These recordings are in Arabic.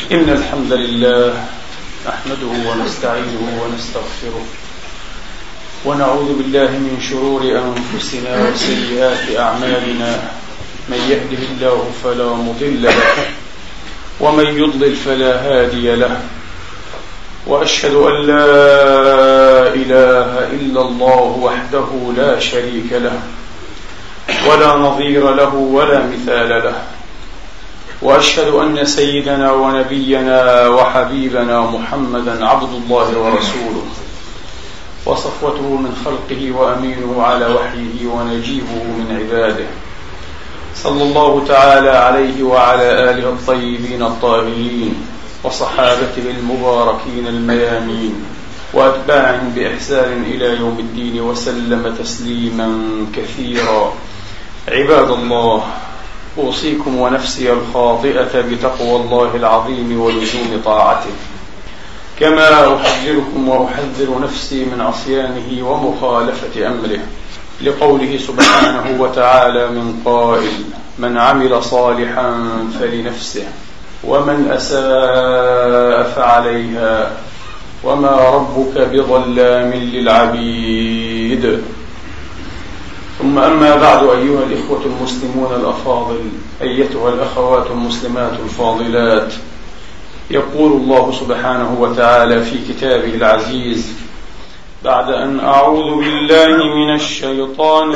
إن الحمد لله نحمده ونستعينه ونستغفره ونعوذ بالله من شرور أنفسنا وسيئات أعمالنا، من يهده الله فلا مضل له ومن يضلل فلا هادي له، وأشهد أن لا إله إلا الله وحده لا شريك له ولا نظير له ولا مثال له، وأشهد أن سيدنا ونبينا وحبيبنا محمدا عبد الله ورسوله وصفوته من خلقه وأمينه على وحيه ونجيبه من عباده، صلى الله تعالى عليه وعلى آله الطيبين الطاهرين وصحابته المباركين الميامين وأتباعهم بإحسان إلى يوم الدين وسلم تسليما كثيرا. عباد الله، أوصيكم ونفسي الخاطئة بتقوى الله العظيم ولزوم طاعته، كما أحذركم وأحذر نفسي من عصيانه ومخالفة أمره، لقوله سبحانه وتعالى من قائل: من عمل صالحا فلنفسه ومن أساء فعليها وما ربك بظلام للعبيد. ثم أما بعد، أيها الإخوة المسلمون الأفاضل، أيتها الأخوات المسلمات الفاضلات، يقول الله سبحانه وتعالى في كتابه العزيز بعد أن أعوذ بالله من الشيطان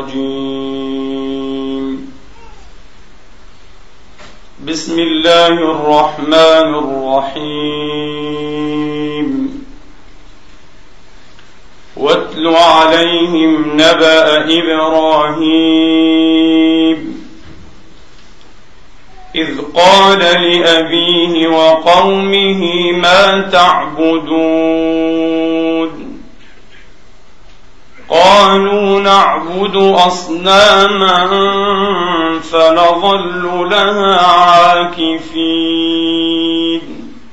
الرجيم: بسم الله الرحمن الرحيم. واتل عليهم نبأ إبراهيم إذ قال لأبيه وقومه ما تعبدون قالوا نعبد أصناما فنظل لها عاكفين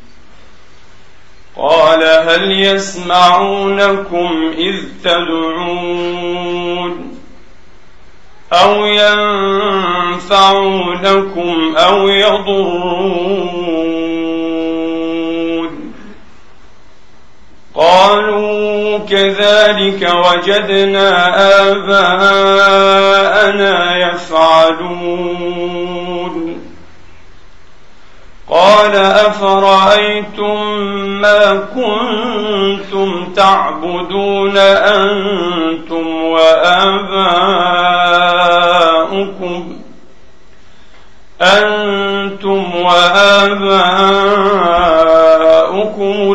قال هل يسمعونكم إذ تدعون أو ينفعونكم أو يضرون قالوا كذلك وجدنا آباءنا يفعلون قال أفرأيتم ما كنتم تعبدون أنتم وآباؤكم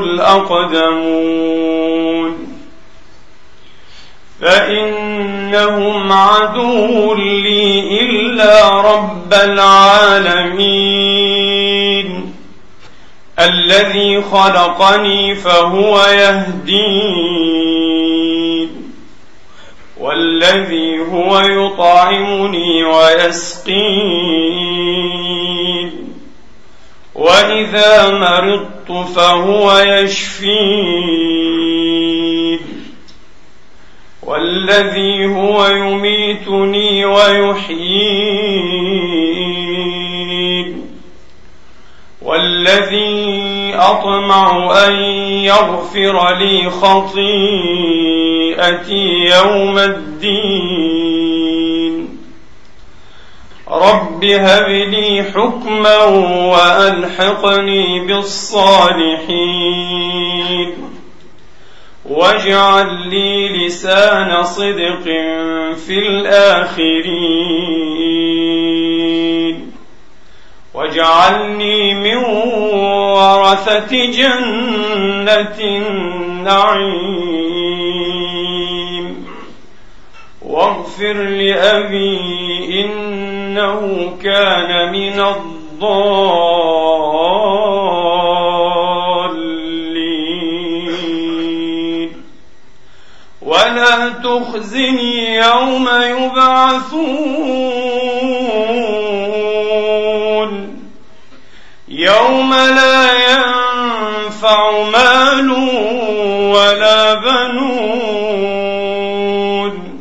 الأقدمون فإنهم عدو لي إلا رب العالمين الذي خلقني فهو يهدين والذي هو يطعمني ويسقين وإذا مرضت فهو يشفين والذي هو يميتني ويحيين والذي أطمع أن يغفر لي خطيئتي يوم الدين رب هب لي حكما وألحقني بالصالحين واجعل لي لسان صدق في الآخرين واجعلني من ورثة جنة النعيم واغفر لأبي إنه كان من الضالين ولا تخزني يوم يبعثون يوم لا ينفع مال ولا بنون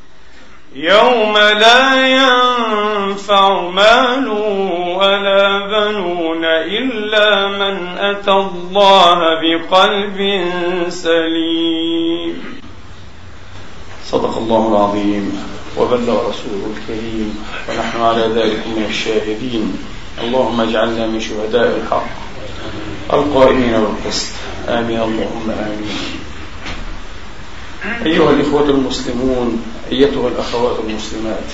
يوم لا ينفع مال ولا بنون إلا من أتى الله بقلب سليم. صدق الله العظيم وبلغ رسوله الكريم، ونحن على ذلك من الشاهدين. اللهم اجعلنا من شهداء الحق القائمين بالقسط، آمين اللهم آمين. أيها الإخوة المسلمون، أيتها الأخوات المسلمات،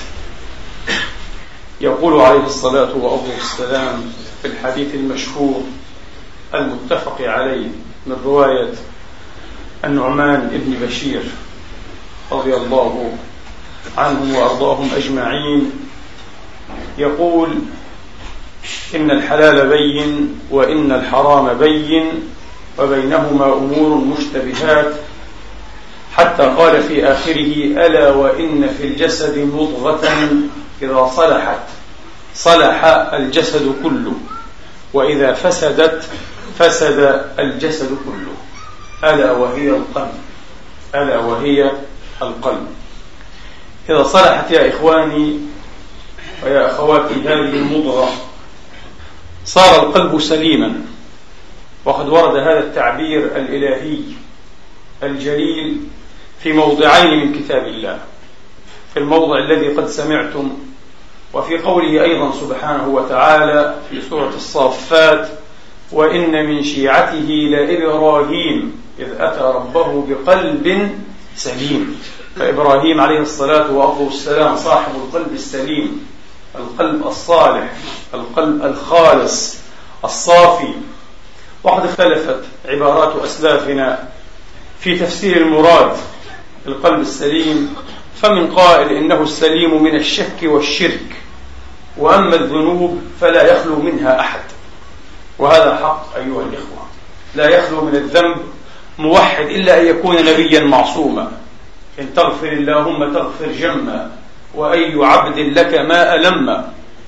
يقول عليه الصلاة والسلام في الحديث المشهور المتفق عليه من رواية النعمان بن بشير رضي الله عنهم وأرضاهم أجمعين، يقول: إن الحلال بين وإن الحرام بين وبينهما أمور مشتبهات، حتى قال في آخره: ألا وإن في الجسد مضغة إذا صلحت صلح الجسد كله، وإذا فسدت فسد الجسد كله، ألا وهي القلب. ألا وهي القلب. إذا صلحت يا إخواني ويا أخواتي هذه المضغة صار القلب سليما. وقد ورد هذا التعبير الإلهي الجليل في موضعين من كتاب الله، في الموضع الذي قد سمعتم، وفي قوله أيضا سبحانه وتعالى في سورة الصافات: وإن من شيعته لإبراهيم إذ أتى ربه بقلب سليم. فإبراهيم عليه الصلاة والسلام صاحب القلب السليم، القلب الصالح، القلب الخالص الصافي. وقد اختلفت عبارات أسلافنا في تفسير المراد القلب السليم، فمن قائل إنه السليم من الشك والشرك، وأما الذنوب فلا يخلو منها أحد. وهذا حق أيها الإخوة، لا يخلو من الذنب موحد إلا أن يكون نبيا معصوما. إن تغفر اللهم تغفر جما، وأي عبد لك ما ألم.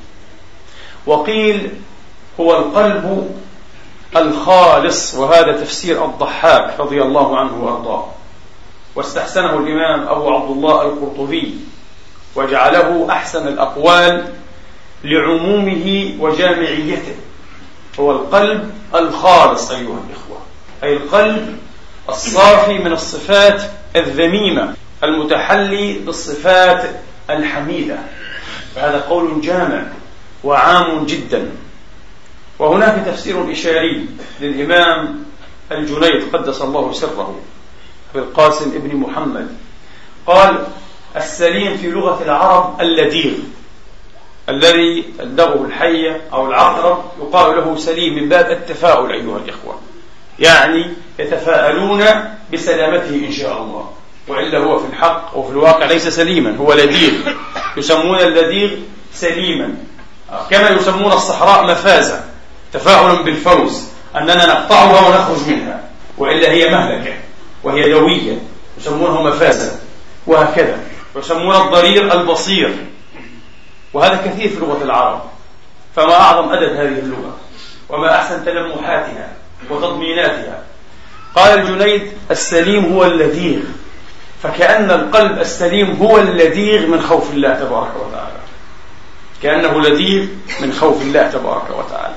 وقيل هو القلب الخالص، وهذا تفسير الضحاك رضي الله عنه وأرضاه، واستحسنه الإمام أبو عبد الله القرطبي، وجعله أحسن الأقوال لعمومه وجامعيته. هو القلب الخالص أيها الإخوة، أي القلب الصافي من الصفات الذميمة المتحلي بالصفات الحميدة. فهذا قول جامع وعام جدا. وهناك تفسير إشاري للإمام الجنيد قدس الله سره أبي القاسم ابن محمد، قال: السليم في لغة العرب اللديغ، الذي تلدغه الحية أو العقرب يقال له سليم من باب التفاؤل أيها الإخوة، يعني يتفاءلون بسلامته إن شاء الله، وإلا هو في الحق وفي الواقع ليس سليما، هو لديغ. يسمون اللديغ سليما، كما يسمون الصحراء مفازة، تفاؤلا بالفوز، أننا نقطعها ونخرج منها، وإلا هي مهلكة وهي دوية، يسمونه مفازة. وهكذا يسمون الضرير البصير، وهذا كثير في لغة العرب. فما أعظم أدب هذه اللغة، وما أحسن تلمحاتها وتضميناتها. قال الجنيد: السليم هو اللديغ، فكأن القلب السليم هو اللديغ من خوف الله تبارك وتعالى، كأنه لديغ من خوف الله تبارك وتعالى.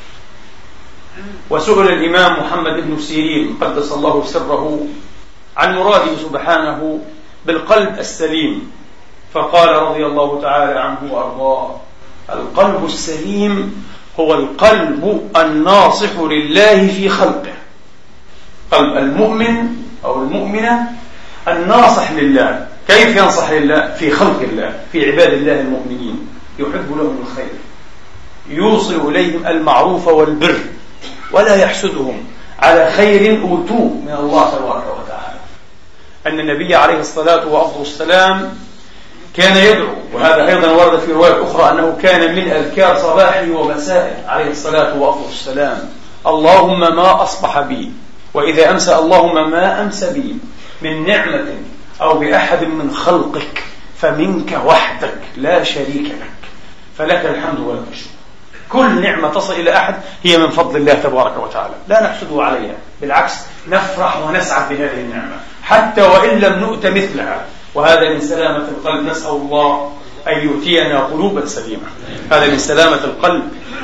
وسئل الإمام محمد بن سيرين قدس الله سره عن مراده سبحانه بالقلب السليم، فقال رضي الله تعالى عنه وأرضاه: القلب السليم هو القلب الناصح لله في خلقه. قلب المؤمن أو المؤمنة الناصح لله. كيف ينصح لله؟ في خلق الله، في عباد الله المؤمنين، يحب لهم الخير، يوصل إليهم المعروف والبر، ولا يحسدهم على خير أوتوه من الله تبارك وتعالى. أن النبي عليه الصلاة والسلام كان يدعو، وهذا أيضا ورد في رواية أخرى أنه كان من أذكار صباحه ومسائه عليه الصلاة والسلام: اللهم ما أصبح بي، وإذا أمسى اللهم ما أمسى بي من نعمة أو بأحد من خلقك فمنك وحدك لا شريك لك، فلك الحمد ولك الشكر. كل نعمة تصل إلى أحد هي من فضل الله تبارك وتعالى، لا نحسده عليها، بالعكس نفرح ونسعد بهذه النعمة حتى وإن لم نؤت مثلها. وهذا من سلامة القلب، نسأل الله أن يؤتينا قلوبا سليمة. هذا من سلامة القلب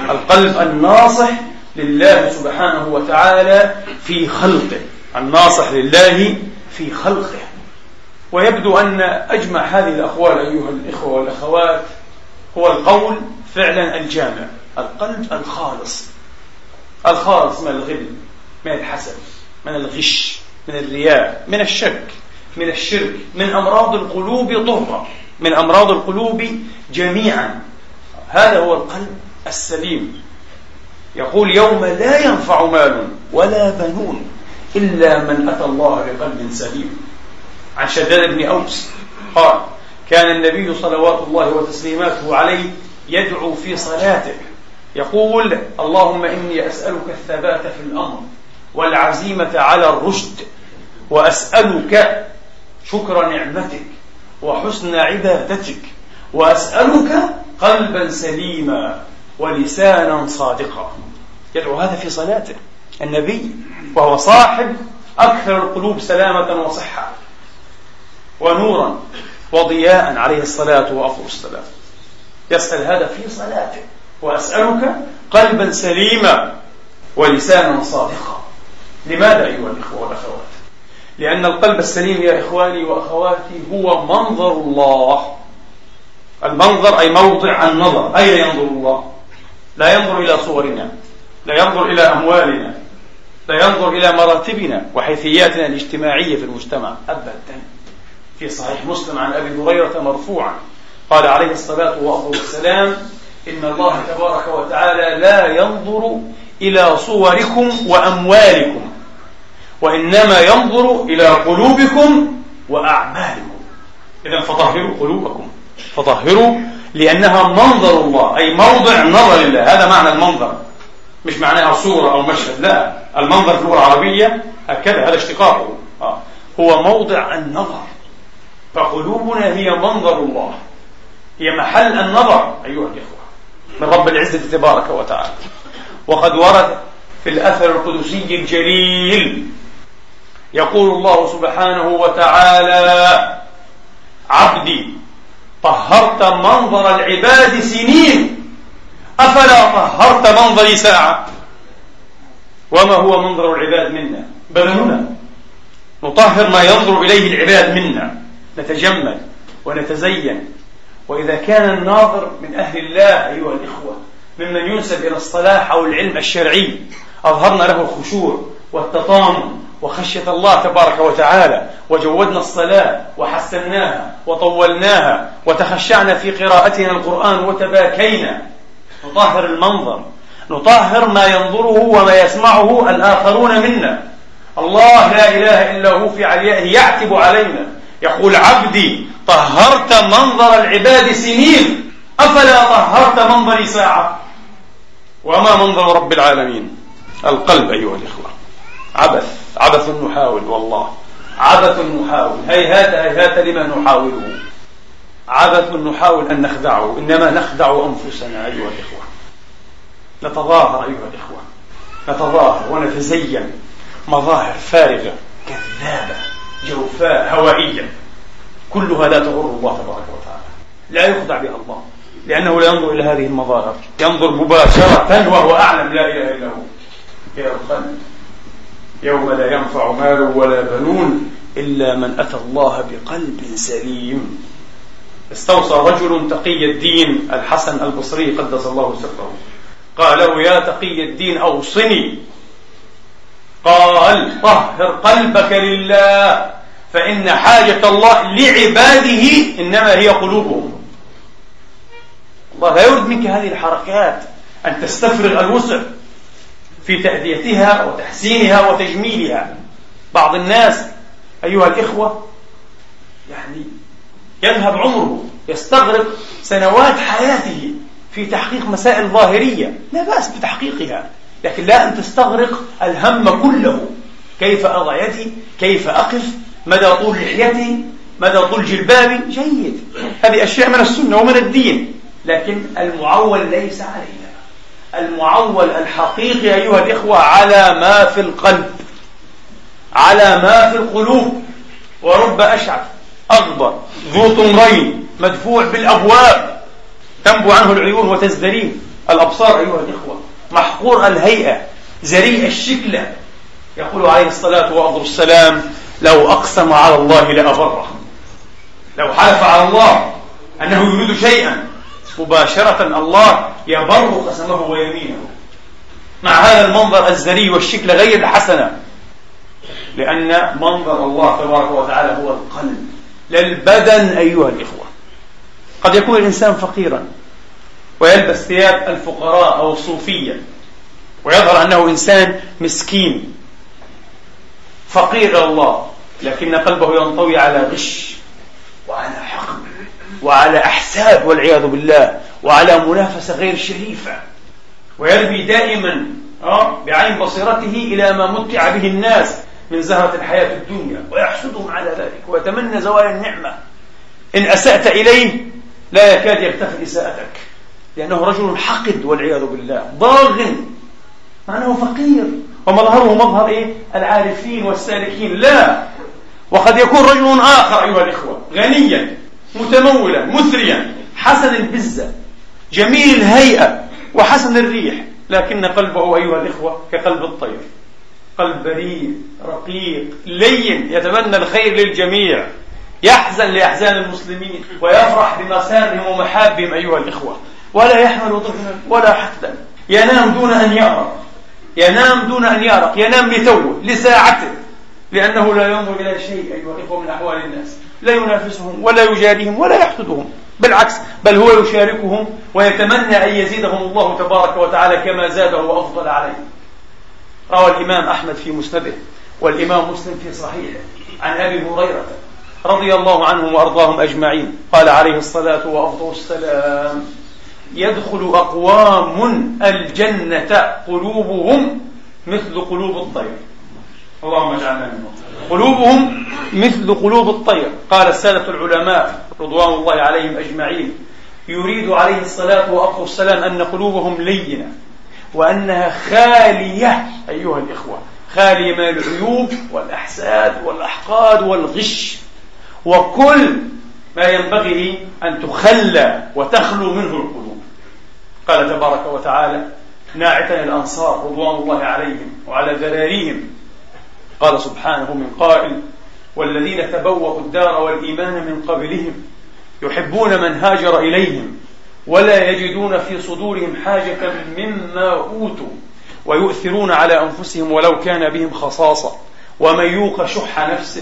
القلب الناصح لله سبحانه وتعالى في خلقه، الناصح لله في خلقه. ويبدو أن أجمع هذه الأقوال أيها الإخوة والأخوات هو القول فعلا الجامع: القلب الخالص، الخالص من الغل، من الحسد، من الغش، من الرياء، من الشك، من الشرك، من أمراض القلوب طهرة، من أمراض القلوب جميعا. هذا هو القلب السليم. يقول: يوم لا ينفع مال ولا بنون إلا من أتى الله بقلب سليم. عن شداد بن أوس قال: كان النبي صلوات الله وتسليماته عليه يدعو في صلاته يقول: اللهم إني أسألك الثبات في الأمر والعزيمة على الرشد، وأسألك شكر نعمتك وحسن عبادتك، وأسألك قلبا سليما ولسانا صادقا. يدعو هذا في صلاته النبي، وهو صاحب أكثر القلوب سلامة وصحة ونورا وضياء عليه الصلاة وأفضل السلام. يسأل هذا في صلاته: وأسألك قلبا سليما ولسانا صادقا. لماذا أيها الإخوة والأخوات؟ لأن القلب السليم يا إخواني وأخواتي هو منظر الله. المنظر أي موضع النظر. أين ينظر الله؟ لا ينظر إلى صورنا، لا ينظر إلى أموالنا، لا ينظر إلى مراتبنا وحيثياتنا الاجتماعية في المجتمع أبدا. في صحيح مسلم عن أبي هريرة مرفوعا قال عليه الصلاة والسلام: إن الله تبارك وتعالى لا ينظر إلى صوركم وأموالكم، وإنما ينظر إلى قلوبكم وأعمالكم. إذن فطهروا قلوبكم، فطهروا، لأنها منظر الله، أي موضع نظر الله. هذا معنى المنظر، مش معناها صورة أو مشهد، لا. المنظر في اللغة العربية هكذا، هذا اشتقاقه، هو موضع النظر. فقلوبنا هي منظر الله، هي محل النظر أيها الإخوة من رب العزة تبارك وتعالى. وقد ورد في الأثر القدسي الجليل يقول الله سبحانه وتعالى: عبدي طهرت منظر العباد سنين، أفلا طهرت منظري ساعة. وما هو منظر العباد منا؟ بدننا. نطهر ما ينظر إليه العباد منا، نتجمل ونتزين. وإذا كان الناظر من أهل الله أيها الإخوة، ممن ينسب إلى الصلاح أو العلم الشرعي، أظهرنا له الخشوع والتطامن وخشية الله تبارك وتعالى، وجودنا الصلاة وحسناها وطولناها وتخشعنا في قراءتنا القرآن وتباكينا. نطهر المنظر، نطهر ما ينظره وما يسمعه الآخرون منا. الله لا إله إلا هو في عليائه يعتب علينا، يقول: عبدي طهرت منظر العباد سنين، أفلا طهرت منظري ساعة. وما منظر رب العالمين؟ القلب أيها الإخوة. عبث نحاول، والله عبث نحاول، هيهات هيهات لما نحاوله. عبث نحاول أن نخدعه، إنما نخدع أنفسنا أيها الإخوة. نتظاهر أيها الإخوة، نتظاهر ونتزين مظاهر فارغة كذابة جوفاء هوائية، كلها لا تغر الله تبارك وتعالى، لا يخدع بها الله، لأنه لا ينظر إلى هذه المظاهر، ينظر مباشرة وهو أعلم لا إله إلا هو. يا القلب: يوم لا ينفع مال ولا بنون إلا من أتى الله بقلب سليم. استوصى رجل تقي الدين الحسن البصري قدس الله سره، قال له: يا تقي الدين أوصني. قال: طهر قلبك لله، فإن حاجة الله لعباده إنما هي قلوبهم. الله لا يريد منك هذه الحركات، أن تستفرغ الوسع في تأديتها وتحسينها وتجميلها. بعض الناس أيها الإخوة يعني يذهب عمره، يستغرق سنوات حياته في تحقيق مسائل ظاهرية، لا بأس بتحقيقها، لكن لا أن تستغرق الهم كله. كيف أضع يدي، كيف أقف، مدى طول لحيتي، مدى طول جلبابي، جيد، هذه أشياء من السنة ومن الدين، لكن المعول ليس علينا. المعول الحقيقي أيها الإخوة على ما في القلب، على ما في القلوب. ورب أشعث أغبر ذو طمرين مدفوع بالأبواب تنبو عنه العيون وتزدريه، الأبصار أيها الإخوة، محقور الهيئة، زريء الشكلة. يقول عليه الصلاة والسلام: لو أقسم على الله لأبره. لو حلف على الله أنه يريد شيئا مباشرة الله يبر قسمه ويمينه، مع هذا المنظر الزري والشكل غير الحسنة، لأن منظر الله تبارك وتعالى هو القلب لا البدن أيها الإخوة. قد يكون الإنسان فقيرا ويلبس ثياب الفقراء أو الصوفية ويظهر أنه إنسان مسكين فقير إلى الله، لكن قلبه ينطوي على غش وعلى حقد وعلى أحساب والعياذ بالله وعلى منافسة غير شريفة، ويرمي دائما بعين بصيرته إلى ما متع به الناس من زهرة الحياة الدنيا ويحسدهم على ذلك ويتمنى زوال النعمة. إن أسأت إليه لا يكاد يغتفل إساءتك، لأنه رجل حقد والعياذ بالله، ضاغ مع أنه فقير ومظهره مظهر العارفين والسالكين. لا، وقد يكون رجل آخر أيها الإخوة غنيا متمولا مثريا حسن البزة جميل الهيئة وحسن الريح، لكن قلبه أيها الإخوة كقلب الطير، قلب بريء رقيق لين يتمنى الخير للجميع، يحزن لأحزان المسلمين ويفرح بمسارهم ومحابهم أيها الإخوة، ولا يحمل ضغنا ولا حقدا، ينام دون أن يأرق، ينام دون أن يأرق، ينام لتوه لساعته، لأنه لا ينظر إلى شيء أيها الإخوة من أحوال الناس، لا ينافسهم ولا يجاريهم ولا يحسدهم، بالعكس بل هو يشاركهم ويتمنى أن يزيدهم الله تبارك وتعالى كما زاده وأفضل عليه. روى الإمام أحمد في مسنده والإمام مسلم في صحيحه عن أبي هريرة رضي الله عنهم وأرضاهم أجمعين قال عليه الصلاة والسلام: يدخل أقوام الجنة قلوبهم مثل قلوب الطير. اللهم اجعلنا منهم. قلوبهم مثل قلوب الطير. قال السادة العلماء رضوان الله عليهم أجمعين: يريد عليه الصلاة والسلام أن قلوبهم لينة وأنها خالية أيها الإخوة، خالية من العيوب والأحساد والأحقاد والغش وكل ما ينبغي أن تخلى وتخلو منه القلوب. قال تبارك وتعالى ناعتا الأنصار رضوان الله عليهم وعلى ذراريهم، قال سبحانه من قائل: والذين تبوأوا الدار والإيمان من قبلهم يحبون من هاجر إليهم ولا يجدون في صدورهم حاجة مما أوتوا ويؤثرون على أنفسهم ولو كان بهم خصاصة ومن يوق شح نفسه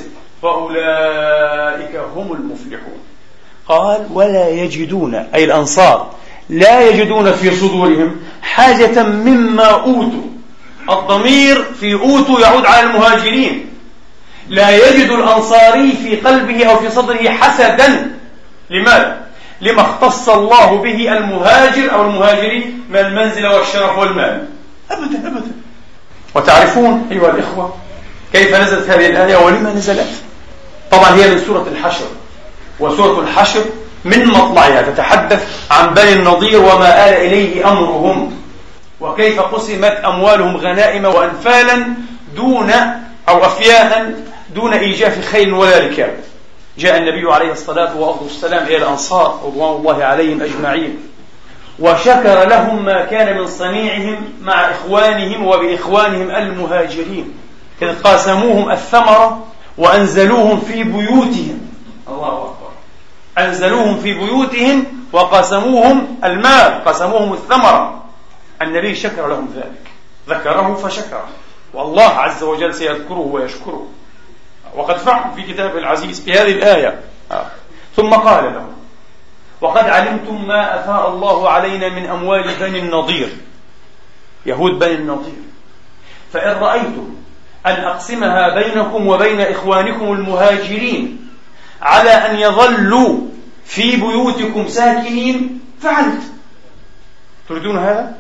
فأولئك هم المفلحون. قال ولا يجدون، أي الأنصار لا يجدون في صدورهم حاجة مما أوتوا. الضمير في أوتوا يعود على المهاجرين. لا يجد الأنصاري في قلبه أو في صدره حسدا. لماذا؟ لما اختص الله به المهاجر أو المهاجرين من المنزل والشرف والمال. أبدا أبدا. وتعرفون أيها الإخوة كيف نزلت هذه الآية ولما نزلت؟ طبعا هي من سورة الحشر، وسورة الحشر من مطلعها تتحدث عن بني النضير وما آل إليه أمرهم، وكيف قسمت أموالهم غنائم وأنفالا دون أو أفياء دون إيجاف خيل ولا ركاب. جاء النبي عليه الصلاة والسلام إلى الأنصار رضوان الله عليهم أجمعين وشكر لهم ما كان من صنيعهم مع إخوانهم وبإخوانهم المهاجرين، إذ قاسموهم الثمرة وأنزلوهم في بيوتهم. الله أكبر. أنزلوهم في بيوتهم وقاسموهم المال، قاسموهم الثمرة. النبي شكر لهم ذلك، ذكره فشكره، والله عز وجل سيذكره ويشكره، وقد فعل في كتابه العزيز في هذه الآية. ثم قال لهم وقد علمتم ما أفاء الله علينا من أموال بني النضير، يهود بني النضير، فإن رأيتم أن أقسمها بينكم وبين إخوانكم المهاجرين على أن يظلوا في بيوتكم ساكنين فعلت. تريدون هذا؟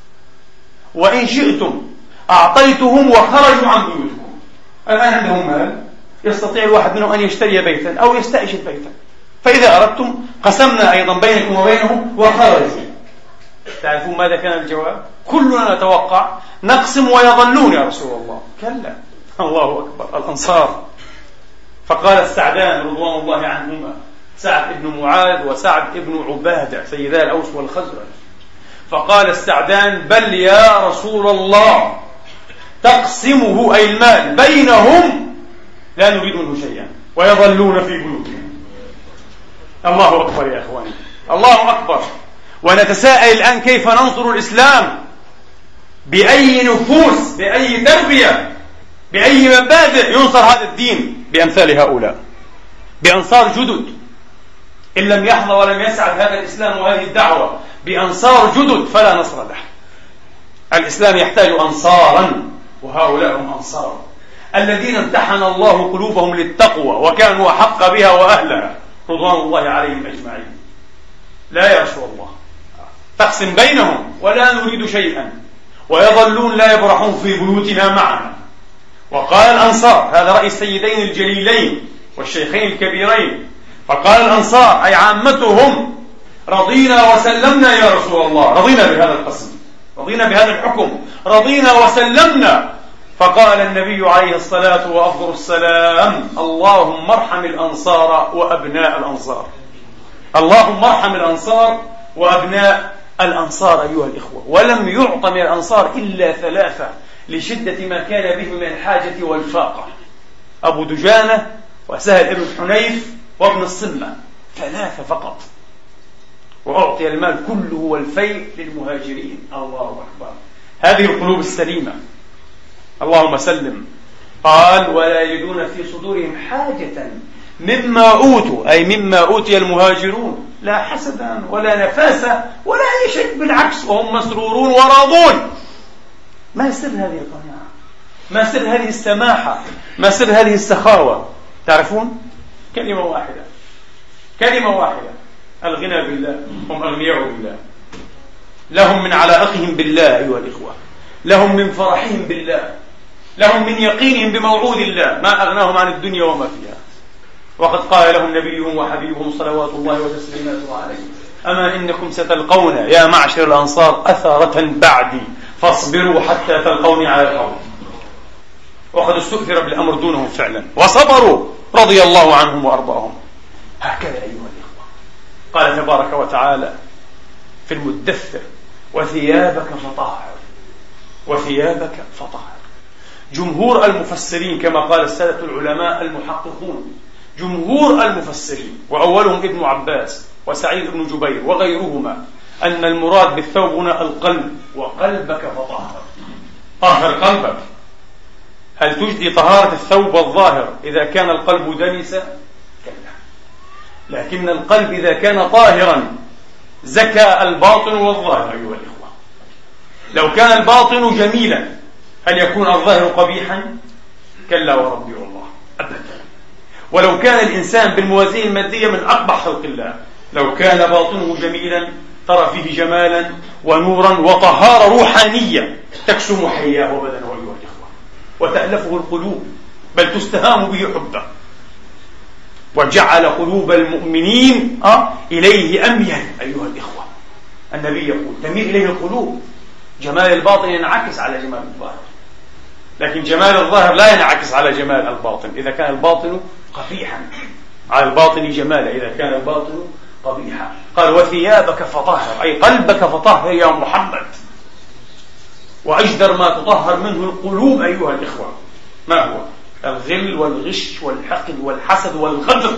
وإن شئتم أعطيتهم وخرجوا عن بيوتكم. الآن عندهم مال، يستطيع الواحد منهم أن يشتري بيتا أو يستأجر بيتا، فإذا أردتم قسمنا أيضا بينكم وبينهم وخرجوا. تعرفون ماذا كان الجواب؟ كلنا نتوقع نقسم ويظلون يا رسول الله. كلا، الله أكبر. الأنصار. فقال السعدان رضوان الله عنهما، سعد بن معاذ وسعد بن عبادة سيدا الأوس والخزرج، فقال السعدان: بل يا رسول الله تقسمه أي المال بينهم لا نريد منه شيئا ويظلون في بيوتهم. الله أكبر يا أخواني، الله أكبر. ونتساءل الآن كيف ننصر الإسلام، بأي نفوس، بأي تربية، بأي مبادئ ينصر هذا الدين؟ بأمثال هؤلاء، بأنصار جدد. إن لم يحظى ولم يسعد هذا الإسلام وهذه الدعوة بأنصار جدد فلا نصر له. الإسلام يحتاج أنصارا، وهؤلاء هم أنصار الذين امتحن الله قلوبهم للتقوى وكانوا أحق بها وأهلها رضوان الله عليهم أجمعين. لا يا رسول الله، تقسم بينهم ولا نريد شيئا ويظلون لا يبرحون في بيوتنا معنا. وقال الأنصار، هذا رأي السيدين الجليلين والشيخين الكبيرين، فقال الأنصار أي عامتهم: رضينا وسلمنا يا رسول الله، رضينا بهذا القسم، رضينا بهذا الحكم، رضينا وسلمنا. فقال النبي عليه الصلاة وأفضل السلام: اللهم ارحم الأنصار وأبناء الأنصار. اللهم ارحم الأنصار وأبناء الأنصار أيها الإخوة. ولم يعط من الأنصار إلا 3 لشدة ما كان به من الحاجة والفاقة: أبو دجانة وسهل ابن حنيف وابن الصمة، 3 فقط. وأعطي المال كله والفيء للمهاجرين. الله أكبر، هذه القلوب السليمة، اللهم سلم. قال: ولا يجدون في صدورهم حاجة مما أوتوا، أي مما أوتي المهاجرون، لا حسدا ولا نفاسة ولا أي شيء، بالعكس وهم مسرورون وراضون. ما سر هذه القناعة؟ ما سر هذه السماحة؟ ما سر هذه السخاوة؟ تعرفون؟ كلمة واحدة، كلمة واحدة: الغنى بالله. هم أغنياء بالله، لهم من علائقهم بالله أيها الإخوة، لهم من فرحهم بالله، لهم من يقينهم بموعود الله، ما أغناهم عن الدنيا وما فيها. وقد قال لهم نبيهم وحبيبهم صلوات الله وتسليماته عليه: أما إنكم ستلقون يا معشر الأنصار أثرة بعدي فاصبروا حتى تلقوني على الأرض. وقد استؤثر بالأمر دونهم فعلا وصبروا رضي الله عنهم وأرضاهم. هكذا أيها الإخوة. قال تبارك وتعالى في المدثر: وثيابك فطهر، وثيابك فطهر. جمهور المفسرين كما قال السادة العلماء المحققون، جمهور المفسرين وأولهم ابن عباس وسعيد بن جبير وغيرهما، أن المراد بالثوب هنا القلب. وقلبك فطهر، طهر قلبك. هل تجدي طهارة الثوب الظاهر إذا كان القلب دنسا؟ كلا، لكن القلب إذا كان طاهرا زكى الباطن والظاهر أيها الإخوة. لو كان الباطن جميلا هل يكون الظاهر قبيحا؟ كلا وربي والله أبدا. ولو كان الإنسان بالموازين المادية من أقبح خلق الله، لو كان باطنه جميلا ترى فيه جمالا ونورا وطهارة روحانية تكسم حياه وبدنه أيها الإخوة، وتألفه القلوب، بل تستهام به حبه. وجعل قلوب المؤمنين إليه أميل أيها الإخوة. النبي يقول: تميل إليه القلوب. جمال الباطن ينعكس على جمال الظاهر، لكن جمال الظاهر لا ينعكس على جمال الباطن. إذا كان الباطن قبيحا على الباطن جمالا، إذا كان الباطن قبيحا. قال: وثيابك فطهر، أي قلبك فطهر يا محمد. وأجدر ما تطهر منه القلوب أيها الإخوة ما هو؟ الغل والغش والحقد والحسد والغدر.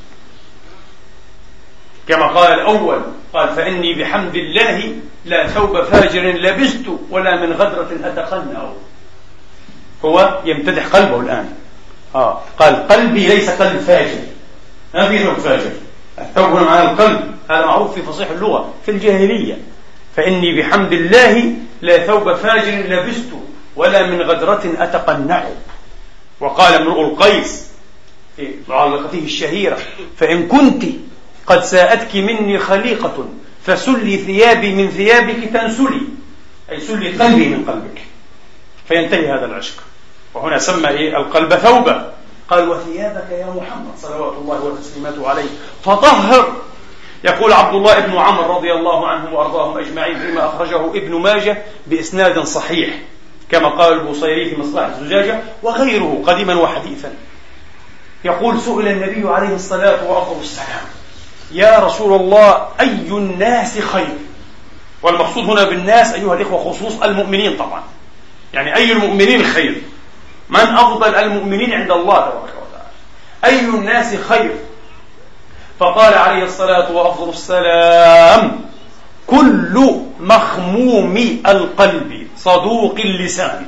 كما قال الأول، قال: فإني بحمد الله لا ثوب فاجر لبست ولا من غدرة أتقنع. هو يمتدح قلبه الآن. قال: قلبي ليس قلب فاجر، ما في ثوب فاجر. الثوب هنا معنى القلب، هذا معروف في فصيح اللغة في الجاهلية. فإني بحمد الله لا ثوب فاجر لبست ولا من غدرة أتقنع. وقال امرؤ القيس في معلقته الشهيرة: فإن كنت قد ساءتك مني خليقة فسلي ثيابي من ثيابك تنسلي، أي سلي قلبي من قلبك، فينتهي هذا العشق. وهنا سمى القلب ثوبا. قال: وثيابك يا محمد صلوات الله وتسليماته عليه فطهر. يقول عبد الله بن عمرو رضي الله عنهم وأرضاهم أجمعين فيما أخرجه ابن ماجه بإسناد صحيح، كما قال البوصيري في مصباح الزجاجة وغيره قديما وحديثا. يقول: سئل النبي عليه الصلاة والسلام: يا رسول الله، أي الناس خير؟ والمقصود هنا بالناس أيها الإخوة خصوص المؤمنين طبعا، يعني أي المؤمنين خير، من أفضل المؤمنين عند الله تبارك وتعالى، أي الناس خير. فقال عليه الصلاة وأفضل السلام: كل مخموم القلب صدوق اللسان.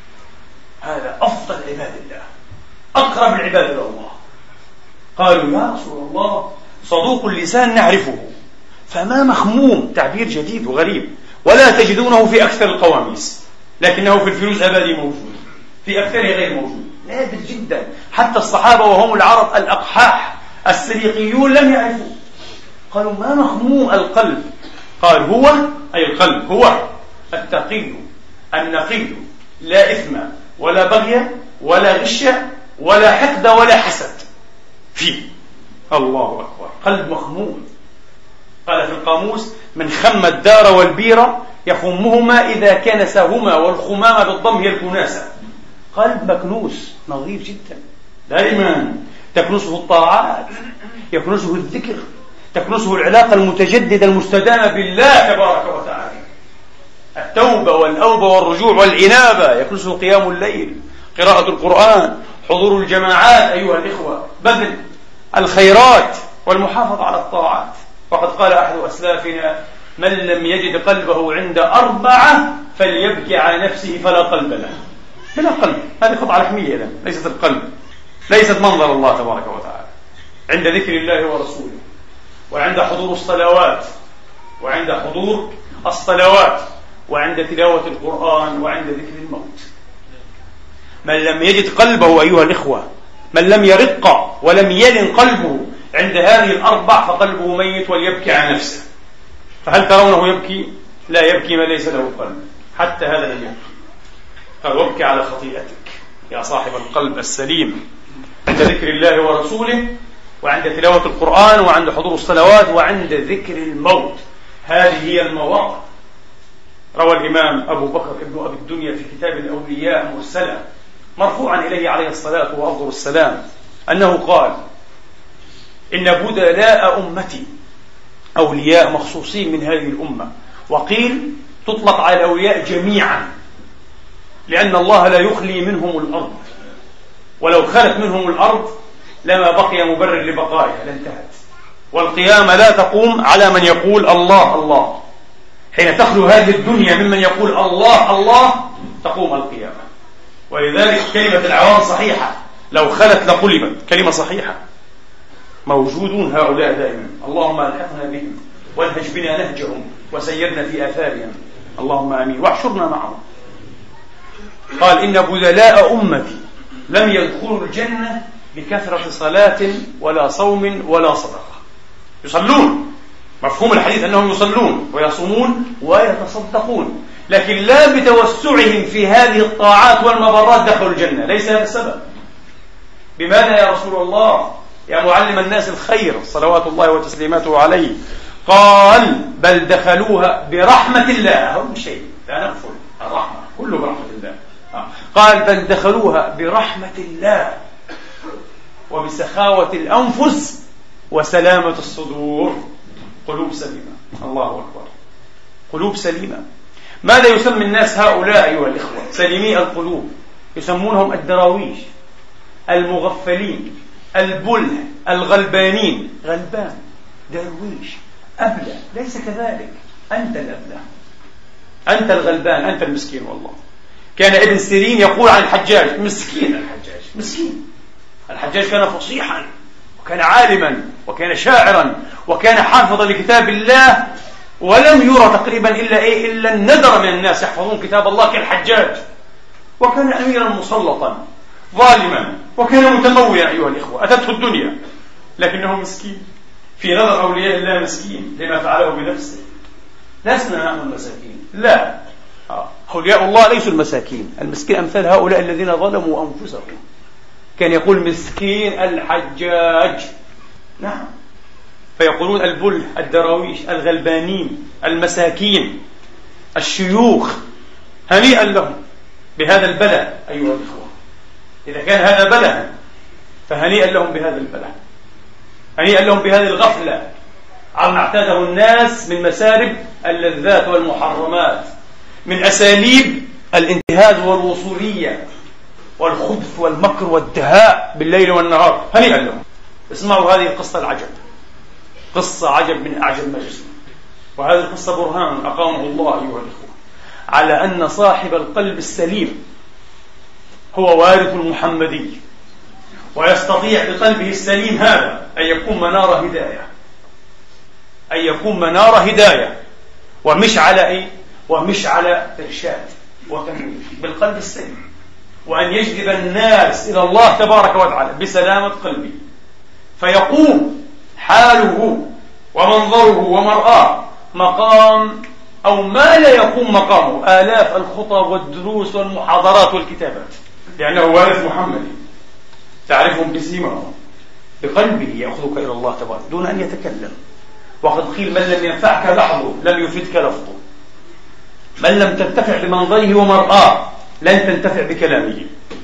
هذا أفضل عباد الله، أقرب العباد إلى الله. قالوا: يا رسول الله، صدوق اللسان نعرفه، فما مخموم؟ تعبير جديد وغريب، ولا تجدونه في أكثر القواميس، لكنه في الفيروز أبادي موجود، في أكثره غير موجود، نادر جدا. حتى الصحابة وهم العرب الأقحاح السليقيون لم يعرفوا. قالوا: ما مخموم القلب؟ قال: هو، أي القلب، هو التقي النقي، لا إثم ولا بغي ولا غش ولا حقد ولا حسد فيه. الله أكبر، قلب مخموم. قال في القاموس: من خم الدار والبير يخمهما إذا كنسهما، والخمامة بالضم هي الكناسة. قلب مكنوس نظيف جدا، دائما تكنسه الطاعات، يكنسه الذكر، تكنسه العلاقة المتجددة المستدامة بالله تبارك وتعالى، التوبة والأوبة والرجوع والإنابة، يكنسه قيام الليل، قراءة القرآن، حضور الجماعات أيها الإخوة، بذل الخيرات والمحافظة على الطاعات. وقد قال أحد أسلافنا: من لم يجد قلبه عند 4 فليبكي على نفسه فلا قلب له. بلا قلب، هذه قطعة لحمية، ليست القلب، ليست منظر الله تبارك وتعالى. عند ذكر الله ورسوله، وعند حضور الصلوات، وعند حضور الصلوات، وعند تلاوة القرآن، وعند ذكر الموت. من لم يجد قلبه أيها الإخوة، من لم يرق ولم يلن قلبه عند هذه ال4 فقلبه ميت، وليبكي على نفسه. فهل ترونه يبكي؟ لا يبكي من ليس له قلب، حتى هذا لم يبكي. قال: وابكي على خطيئتك يا صاحب القلب السليم، عند ذكر الله ورسوله، وعند تلاوة القرآن، وعند حضور الصلوات، وعند ذكر الموت. هذه هي المواقف. روى الإمام أبو بكر ابن أبي الدنيا في كتاب الأولياء مرسلا مرفوعا إليه عليه الصلاة وأفضل السلام أنه قال: إن بدلاء أمتي، أولياء مخصوصين من هذه الأمة، وقيل تطلق على الأولياء جميعا، لأن الله لا يخلي منهم الأرض، ولو خلت منهم الأرض لما بقي مبرر لبقائها، لانتهت. والقيامة لا تقوم على من يقول الله الله. حين تخلو هذه الدنيا ممن يقول الله الله تقوم القيامة. ولذلك كلمة العوام صحيحة، لو خلت لقلبت، كلمة صحيحة. موجودون هؤلاء دائما، اللهم الحقنا بهم وانهج بنا نهجهم وسيرنا في آثارهم، اللهم آمين، واحشرنا معهم. قال: إن بدلاء أمتي لم يدخلوا الجنة بكثرة صلاة ولا صوم ولا صدقة. يصلون، مفهوم الحديث أنهم يصلون ويصومون ويتصدقون، لكن لا بتوسعهم في هذه الطاعات والمبارات دخلوا الجنة، ليس هذا السبب. بماذا يا رسول الله يا معلم الناس الخير صلوات الله وتسليماته عليه؟ قال: بل دخلوها برحمة الله. أهم شيء لا نغفل الرحمة، كله برحمة الله. قال: بل دخلوها برحمة الله وبسخاوة الأنفس وسلامة الصدور. قلوب سليمة، الله أكبر، قلوب سليمة. ماذا يسمي الناس هؤلاء أيها الإخوة سليمي القلوب؟ يسمونهم الدراويش، المغفلين، البله، الغلبانين. غلبان، درويش، أبلة، ليس كذلك. أنت الأبلة، أنت الغلبان، أنت المسكين. والله كان ابن سيرين يقول عن الحجاج: مسكين الحجاج، مسكين. الحجاج كان فصيحا، وكان عالما، وكان شاعرا، وكان حافظا لكتاب الله، ولم يرى تقريبا إلا النذر من الناس يحفظون كتاب الله كالحجاج. وكان أميرا مسلطا ظالما، وكان متمولا أيها الإخوة، أتته الدنيا، لكنه مسكين في نظر أولياء الله، مسكين لما فعله بنفسه. لسنا نحن المساكين، لا، أولياء الله ليسوا المساكين. المسكين أمثال هؤلاء الذين ظلموا أنفسهم. كان يقول: مسكين الحجاج. نعم، فيقولون البل، الدراويش، الغلبانين، المساكين، الشيوخ. هنيئا لهم بهذا البلاء أيها الإخوة. إذا كان هذا بلاء فهنيئا لهم بهذا البلاء، هنيئا لهم بهذه الغفلة عما اعتاده الناس من مسارب اللذات والمحرمات، من أساليب الانتهاز والوصولية والخبث والمكر والدهاء بالليل والنهار. هنيئا لهم. اسمعوا هذه القصة العجب، قصة عجب من أعجب ما يسمع. وهذه القصة برهان أقامه الله أيها الإخوة على أن صاحب القلب السليم هو وارث المحمدي، ويستطيع بقلبه السليم هذا أن يكون منار هداية، أن يكون منار هداية ومش على إرشاد وتنوير بالقلب السليم، وأن يجذب الناس إلى الله تبارك وتعالى بسلامة قلبه، فيقوم حاله ومنظره ومرآه مقام أو ما لا يقوم مقامه آلاف الخطب والدروس والمحاضرات والكتابات، لأنه وارث محمد تعرفهم بسيماهم. بقلبه يأخذك إلى الله تبارك دون أن يتكلم. وقد قيل: من لم ينفعك لحظه لم يفدك لفظه. من لم تنتفع بمنظره ومرآه لن تنتفع بكلامه.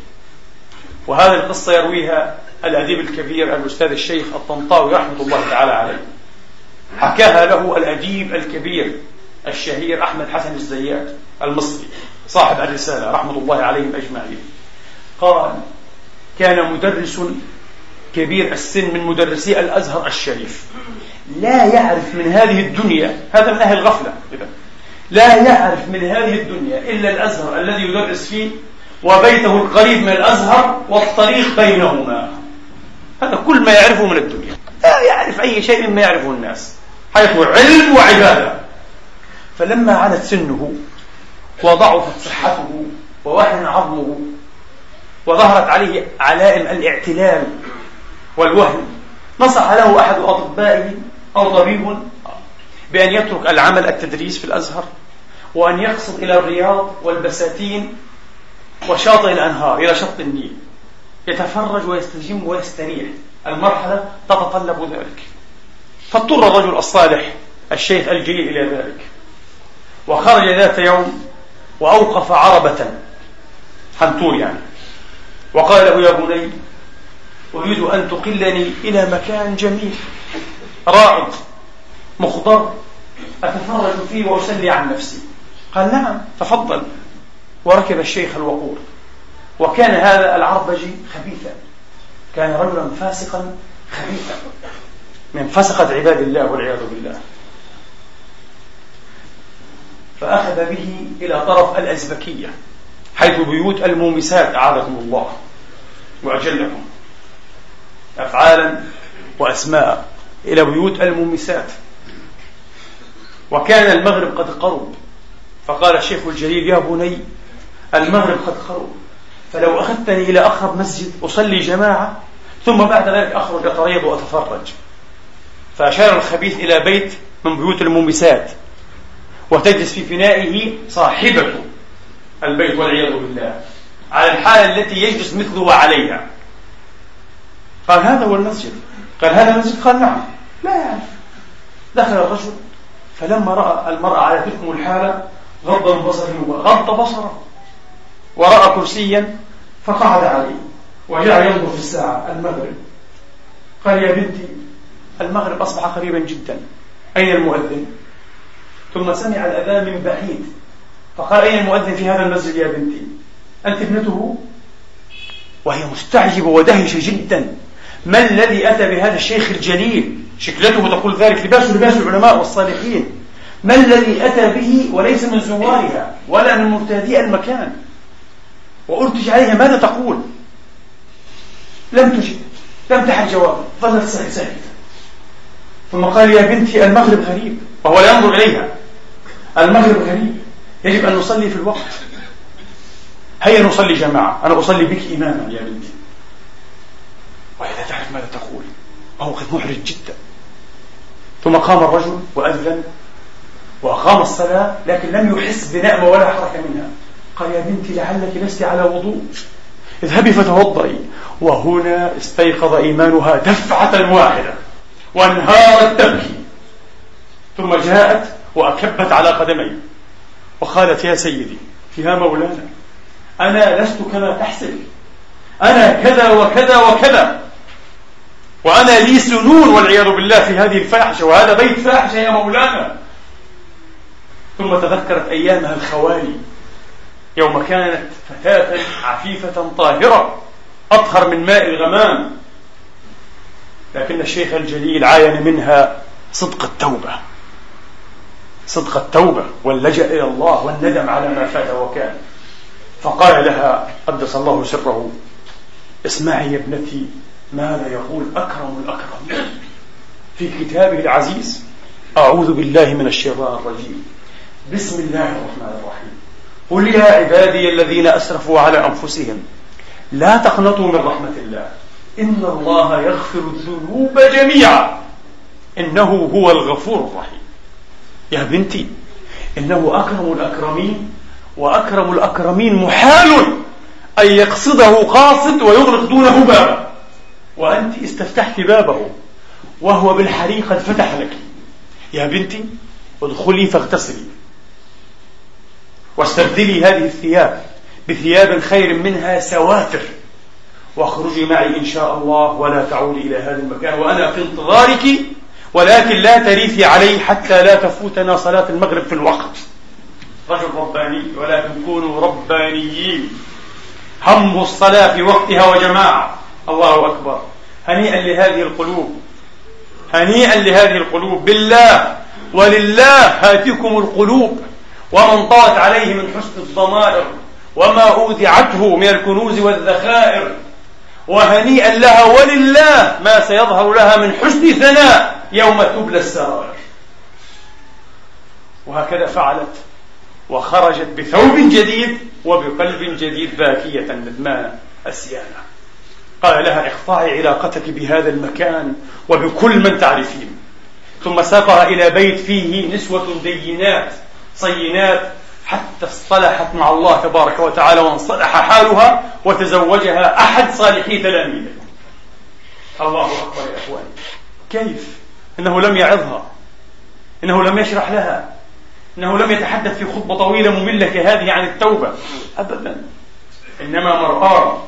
وهذه القصة يرويها الأديب الكبير الأستاذ الشيخ الطنطاوي رحمة الله تعالى عليه. حكاها له الأديب الكبير الشهير أحمد حسن الزيات المصري صاحب الرسالة رحمة الله عليهم أجمعين. قال: كان مدرس كبير السن من مدرسي الأزهر الشريف لا يعرف من هذه الدنيا، هذا من أهل الغفلة إذا، لا يعرف من هذه الدنيا إلا الأزهر الذي يدرس فيه وبيته القريب من الأزهر والطريق بينهما. هذا كل ما يعرفه من الدنيا، لا يعرف أي شيء مما يعرفه الناس، حيث علم وعبادة. فلما علت سنه وضعفت صحته ووهن عظمه وظهرت عليه علائم الاعتلال والوهن، نصح له أحد أطبائه أو طبيب بأن يترك العمل التدريس في الأزهر وأن يقصد إلى الرياض والبساتين وشاطئ الأنهار إلى شط النيل، يتفرج ويستجم ويستريح. المرحلة تتطلب ذلك. فاضطر الرجل الصالح الشيخ الجليل إلى ذلك، وخرج ذات يوم وأوقف عربة حنطور يعني، وقال له: يا بني، أريد أن تقلني إلى مكان جميل رائع مخضر أتفرج فيه وأسلي عن نفسي. قال: نعم تفضل. وركب الشيخ الوقور. وكان هذا العربجي خبيثا، كان رجلا فاسقا خبيثا من فسقة عباد الله والعياذ بالله. فأخذ به إلى طرف الأزبكية حيث بيوت المومسات أعاذكم الله وأجلكم، أفعالا وأسماء، إلى بيوت المومسات. وكان المغرب قد قرب، فقال الشيخ الجليل: يا بني، المغرب قد قرب، فلو أخذتني إلى أقرب مسجد أصلي جماعة ثم بعد ذلك أخرج أتريض وأتفرج. فأشار الخبيث إلى بيت من بيوت المومسات، وتجلس في فنائه صاحبة البيت والعياذ بالله على الحالة التي يجلس مثله عليها. قال: هذا هو المسجد. قال: هذا المسجد؟ قال: نعم. لا يعرف. دخل الرجل، فلما رأى المرأة على تلك الحالة غض بصره ورأى كرسيا فقعد عليه وجعل ينظر في الساعة. المغرب. قال: يا بنتي، المغرب أصبح قريبا جدا، أين المؤذن؟ ثم سمع الأذان من بعيد، فقال: أين المؤذن في هذا المسجد يا بنتي؟ أنت ابنته؟ وهي مستعجبة ودهشة جدا، ما الذي أتى بهذا الشيخ الجليل؟ شكلته تقول ذلك، لباسه لباس العلماء والصالحين، ما الذي أتى به وليس من زوارها ولا من مرتادي المكان؟ وأرتج عليها: ماذا تقول؟ لم تجب، لم تحل جوابا، ظلت ساكتة. ثم قال: يا بنتي، المغرب غريب، وهو لا ينظر إليها. المغرب غريب، يجب أن نصلي في الوقت، هيا نصلي جماعة، أنا أصلي بك إماما يا بنتي. وهي لا تعرف ماذا تقول، وهو قد محرج جدا. ثم قام الرجل وأذن وأقام الصلاة، لكن لم يحس بنعمة ولا حركة منها. قال: يا بنتي، لعلك لست على وضوء، اذهبي فتوضئي. وهنا استيقظ إيمانها دفعة واحدة وانهارت تبكي، ثم جاءت وأكبت على قدمي وقالت: يا سيدي، يا مولانا، أنا لست كما تحسب، أنا كذا وكذا وكذا. وأنا لي سنون والعياذ بالله في هذه الفاحشة، وهذا بيت فاحشة يا مولانا. ثم تذكرت أيامها الخوالي يوم كانت فتاة عفيفة طاهرة أطهر من ماء الغمام، لكن الشيخ الجليل عاين منها صدق التوبة واللجأ إلى الله والندم على ما فات وكان. فقال لها قدس الله سره: اسمعي يا ابنتي ماذا يقول أكرم الأكرمين في كتابه العزيز: أعوذ بالله من الشيطان الرجيم، بسم الله الرحمن الرحيم، قل يا عبادي الذين أسرفوا على أنفسهم لا تقنطوا من رحمة الله إن الله يغفر الذنوب جميعا إنه هو الغفور الرحيم. يا بنتي، إنه أكرم الأكرمين، وأكرم الأكرمين محال أن يقصده قاصد ويغلق دونه بابا، وأنت استفتحت بابه وهو بالحري قد فتح لك. يا بنتي، ادخلي فاغتسلي واستبدلي هذه الثياب بثياب خير منها سواتر، واخرجي معي إن شاء الله ولا تعودي إلى هذا المكان، وأنا في انتظارك، ولكن لا تريثي علي حتى لا تفوتنا صلاة المغرب في الوقت. رجل رباني، ولكن كونوا ربانيين. هم الصلاة في وقتها وجماعة. الله أكبر. هنيئا لهذه القلوب، هنيئا لهذه القلوب. بالله ولله هاتكم القلوب، ومن طوت عليه من حسن الضمائر وما أودعته من الكنوز والذخائر، وهنيئا لها ولله ما سيظهر لها من حسن ثناء يوم تبلى السرائر. وهكذا فعلت، وخرجت بثوب جديد وبقلب جديد باكية ندمانة أسيانة. قال لها: اقطعي علاقتك بهذا المكان وبكل من تعرفين. ثم ساقها إلى بيت فيه نسوة دينات صينات حتى اصطلحت مع الله تبارك وتعالى وانصلح حالها، وتزوجها أحد صالحي تلاميذه. الله أكبر يا أخواني. كيف؟ إنه لم يعظها، إنه لم يشرح لها، إنه لم يتحدث في خطبة طويلة مملة كهذه عن التوبة أبدا، إنما مرآه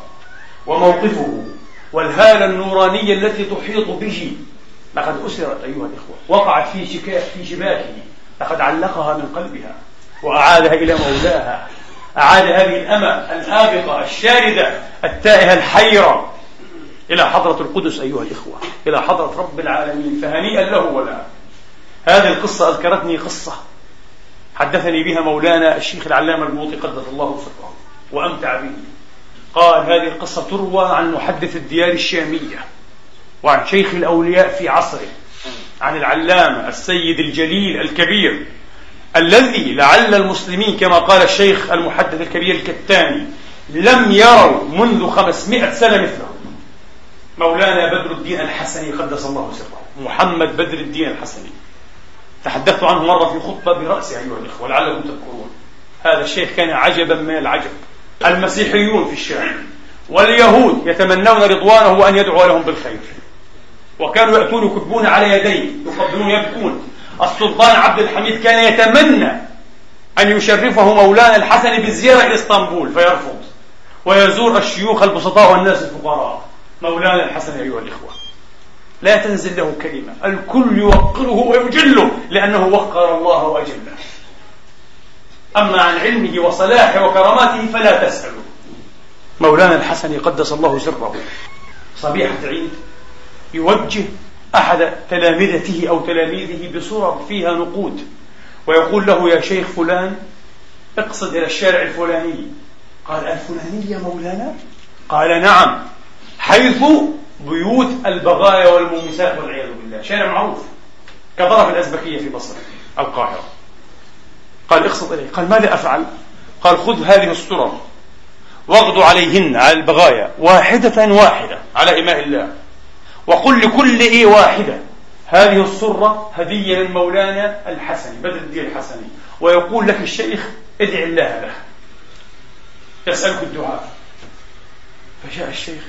وموقفه والهالة النورانية التي تحيط به. لقد أسرت أيها الإخوة، وقعت في شباكه، لقد علقها من قلبها وأعادها إلى مولاها. أعاد هذه الأمة الآبقة الشاردة التائهة الحيرة إلى حضرة القدس أيها الإخوة، إلى حضرة رب العالمين. فهنيئا له ولا. هذه القصة أذكرتني قصة حدثني بها مولانا الشيخ العلامة البوطي قدس الله سره وأمتع به. قال: هذه القصة تروى عن محدث الديار الشامية وعن شيخ الأولياء في عصره، عن العلامة السيد الجليل الكبير الذي لعل المسلمين كما قال الشيخ المحدث الكبير الكتاني لم يروا منذ 500 سنة مثله، مولانا بدر الدين الحسني قدس الله سره، محمد بدر الدين الحسني. تحدثت عنه مرة في خطبة برأسي أيها الإخوة لعلكم تذكرون. هذا الشيخ كان عجبا من العجب. المسيحيون في الشام واليهود يتمنون رضوانه وأن يدعو لهم بالخير، وكانوا يأتون يكبون على يديه، يقبلون يبكون. السلطان عبد الحميد كان يتمنى أن يشرفه مولانا الحسن بالزيارة إلى اسطنبول فيرفض، ويزور الشيوخ البسطاء والناس الفقراء. مولانا الحسن أيها الإخوة لا تنزل له كلمة، الكل يوقره ويجله لأنه وقر الله وأجله. أما عن علمه وصلاحه وكراماته فلا تسألوا. مولانا الحسن قدس الله سره صبيحة عيد يوجه أحد تلامذته أو تلاميذه بصورة فيها نقود، ويقول له: يا شيخ فلان اقصد إلى الشارع الفلاني. قال: الفلاني يا مولانا؟ قال: نعم، حيث بيوت البغايا والمومسات والعياذ بالله، شارع معروف كطرف الأزبكية في بصرة القاهرة. قال: اقصد إليه. قال: ماذا أفعل؟ قال: خذ هذه السرر واغدو عليهن على البغايا واحدة واحدة على إماء الله، وقل لكل واحدة هذه السرة هدية من مولانا الحسني بدر الدين الحسني، ويقول لك الشيخ ادعي الله له يسألك الدعاء. فجاء الشيخ،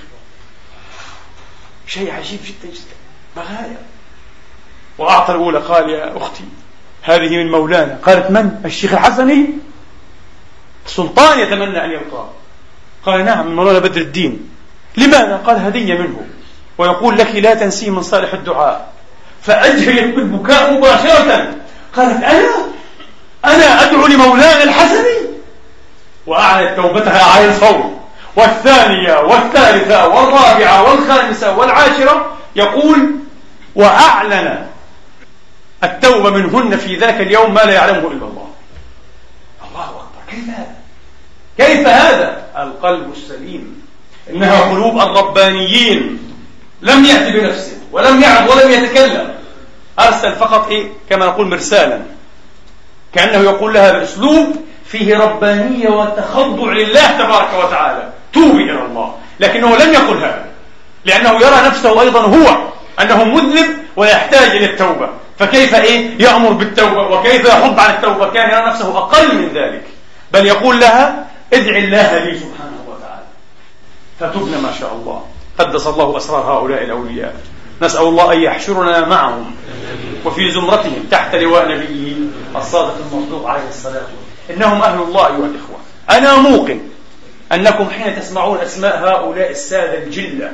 شيء عجيب جدا جدا، بغايا. وأعطى الأولى، قال: يا أختي هذه من مولانا. قالت: من؟ الشيخ الحسني؟ السلطان يتمنى أن يلقاه. قال: نعم، من مولانا بدر الدين. لماذا؟ قال: هدية منه. ويقول لك لا تنسيه من صالح الدعاء، فأجهلت بالبكاء مباشرة، قالت أنا أدعو لمولانا الحسني، وأعلنت توبتها على الفور. والثانية والثالثة والرابعة والخامسة والعاشرة، يقول وأعلن التوبة منهن في ذاك اليوم ما لا يعلمه إلا الله. الله أكبر! كيف هذا؟ القلب السليم، إنها قلوب الربانيين، لم يأتي بنفسه ولم يعد ولم يتكلم، أرسل فقط كما نقول مرسالا، كأنه يقول لها بأسلوب فيه ربانية وتخضع لله تبارك وتعالى، توبي إلى الله. لكنه لم يقل هذا، لأنه يرى نفسه أيضا هو أنه مذنب ويحتاج إلى التوبة، فكيف يأمر بالتوبة وكيف يحض عن التوبة؟ كان يرى نفسه أقل من ذلك، بل يقول لها ادعي الله لي سبحانه وتعالى، فتبنى ما شاء الله. قدس الله أسرار هؤلاء الأولياء، نسأل الله أن يحشرنا معهم وفي زمرتهم تحت لواء نبيه الصادق المصدوق عليه الصلاة والسلام. إنهم أهل الله أيها الإخوة. أنا موقن أنكم حين تسمعون أسماء هؤلاء السادة الجلة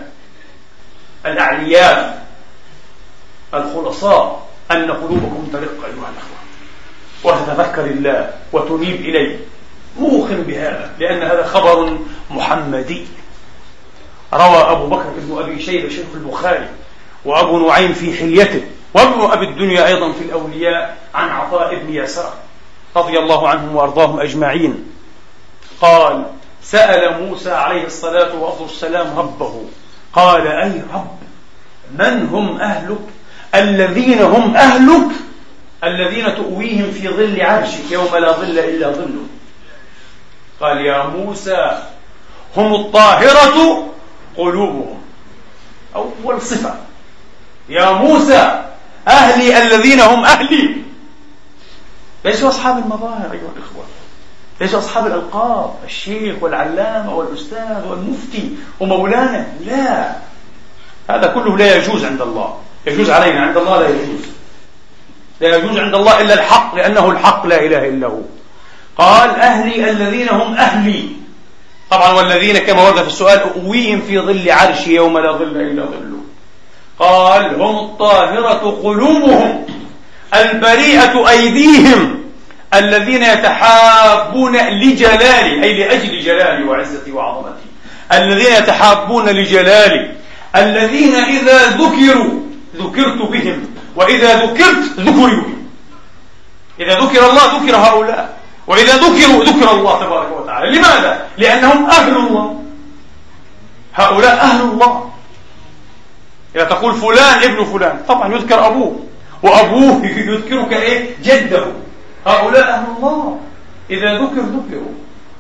الأعلياء الخلصاء أن قلوبكم ترق أيها الأخوة، وتتذكر الله وتنيب إليه، موقن بهذا، لأن هذا خبر محمدي. روى أبو بكر بن أبي شيبة شيخ البخاري وأبو نعيم في حليته وابن أبي الدنيا أيضا في الأولياء عن عطاء بن يسار رضي الله عنهم وأرضاهم أجمعين، قال سأل موسى عليه الصلاة والسلام ربه، قال أي رب، من هم أهلك الذين هم أهلك الذين تؤويهم في ظل عرشك يوم لا ظل إلا ظله؟ قال يا موسى هم الطاهرة قلوبهم. أول صفة، يا موسى أهلي الذين هم أهلي. ليسوا أصحاب المظاهر أيها الإخوة، ليسوا أصحاب الألقاب، الشيخ والعلامة والأستاذ والمفتي ومولانا، لا، هذا كله لا يجوز عند الله. يجوز علينا، عند الله لا يجوز. لا يجوز عند الله إلا الحق، لأنه الحق لا إله إلا هو. قال أهلي الذين هم أهلي، طبعا والذين كما ورد في السؤال أؤويهم في ظل عرشي يوم لا ظل إلا ظله. قال هم الطاهرة قلوبهم البريئة أيديهم الذين يتحابون لجلالي، أي لأجل جلالي وعزتي وعظمتي، الذين يتحابون لجلالي، الذين إذا ذكروا ذكرت بهم وإذا ذكرت ذكروا بهم. إذا ذكر الله ذكر هؤلاء، وإذا ذكروا ذكر الله تبارك وتعالى. لماذا؟ لأنهم أهل الله، هؤلاء أهل الله. إذا تقول فلان ابن فلان، طبعا يذكر أبوه، وأبوه يذكرك جده. هؤلاء أهل الله، إذا ذكروا.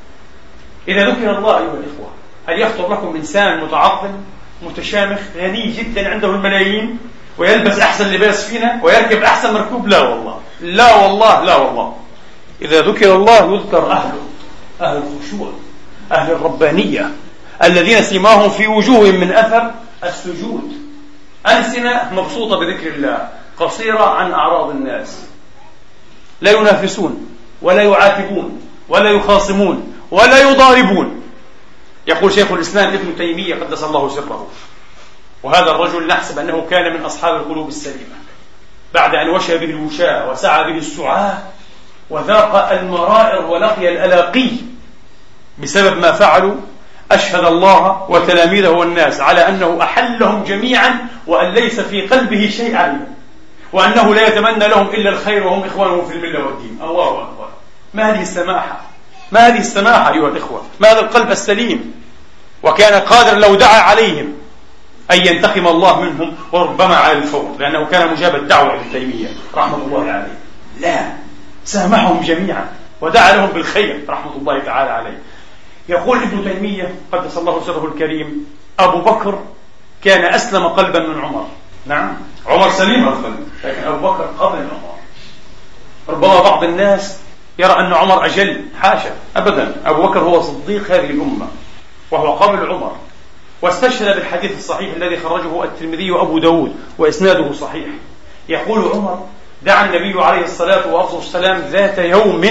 إذا ذكر الله أيها الإخوة، هل يخطر لكم إنسان متعظم متشامخ غني جدا عنده الملايين ويلبس أحسن لباس فينا ويركب أحسن مركوب؟ لا والله، لا والله، لا والله. إذا ذكر الله يذكر أهله، أهل الخشوع، أهل الربانية، الذين سيماهم في وجوههم من أثر السجود، ألسنة مبسوطة بذكر الله، قصيرة عن أعراض الناس، لا ينافسون ولا يعاتبون ولا يخاصمون ولا يضاربون. يقول شيخ الإسلام ابن تيمية قدس الله سره، وهذا الرجل نحسب أنه كان من أصحاب القلوب السليمة، بعد أن وشى به الوشاء وسعى به السعاة وذاق المرائر ولقي الألاقي بسبب ما فعلوا، أشهد الله وتلاميذه والناس على أنه أحلهم جميعا، وأن ليس في قلبه شيء عليهم، وأنه لا يتمنى لهم إلا الخير، وهم إخوانه في الملة والدين. الله أكبر! ما هذه السماحة، ما هذه السماحة أيها الإخوة، ما هذا القلب السليم. وكان قادر لو دعا عليهم أن ينتقم الله منهم، وربما على الفور، لأنه كان مجاب الدعوة ابن تيمية رحمة الله عليه. لا، سامحهم جميعا ودعا لهم بالخير رحمة الله تعالى عليه. يقول ابن تيمية قدس الله سره الكريم: أبو بكر كان أسلم قلبا من عمر. نعم، عمر سليم القلب، لكن أبو بكر قبل عمر. ربما بعض الناس يرى أن عمر أجل، حاشا أبدا، أبو بكر هو صديق هذه الأمة وهو قبل عمر. واستشهد بالحديث الصحيح الذي خرجه الترمذي وأبو داود وإسناده صحيح. يقول عمر: دعا النبي عليه الصلاة والسلام ذات يوم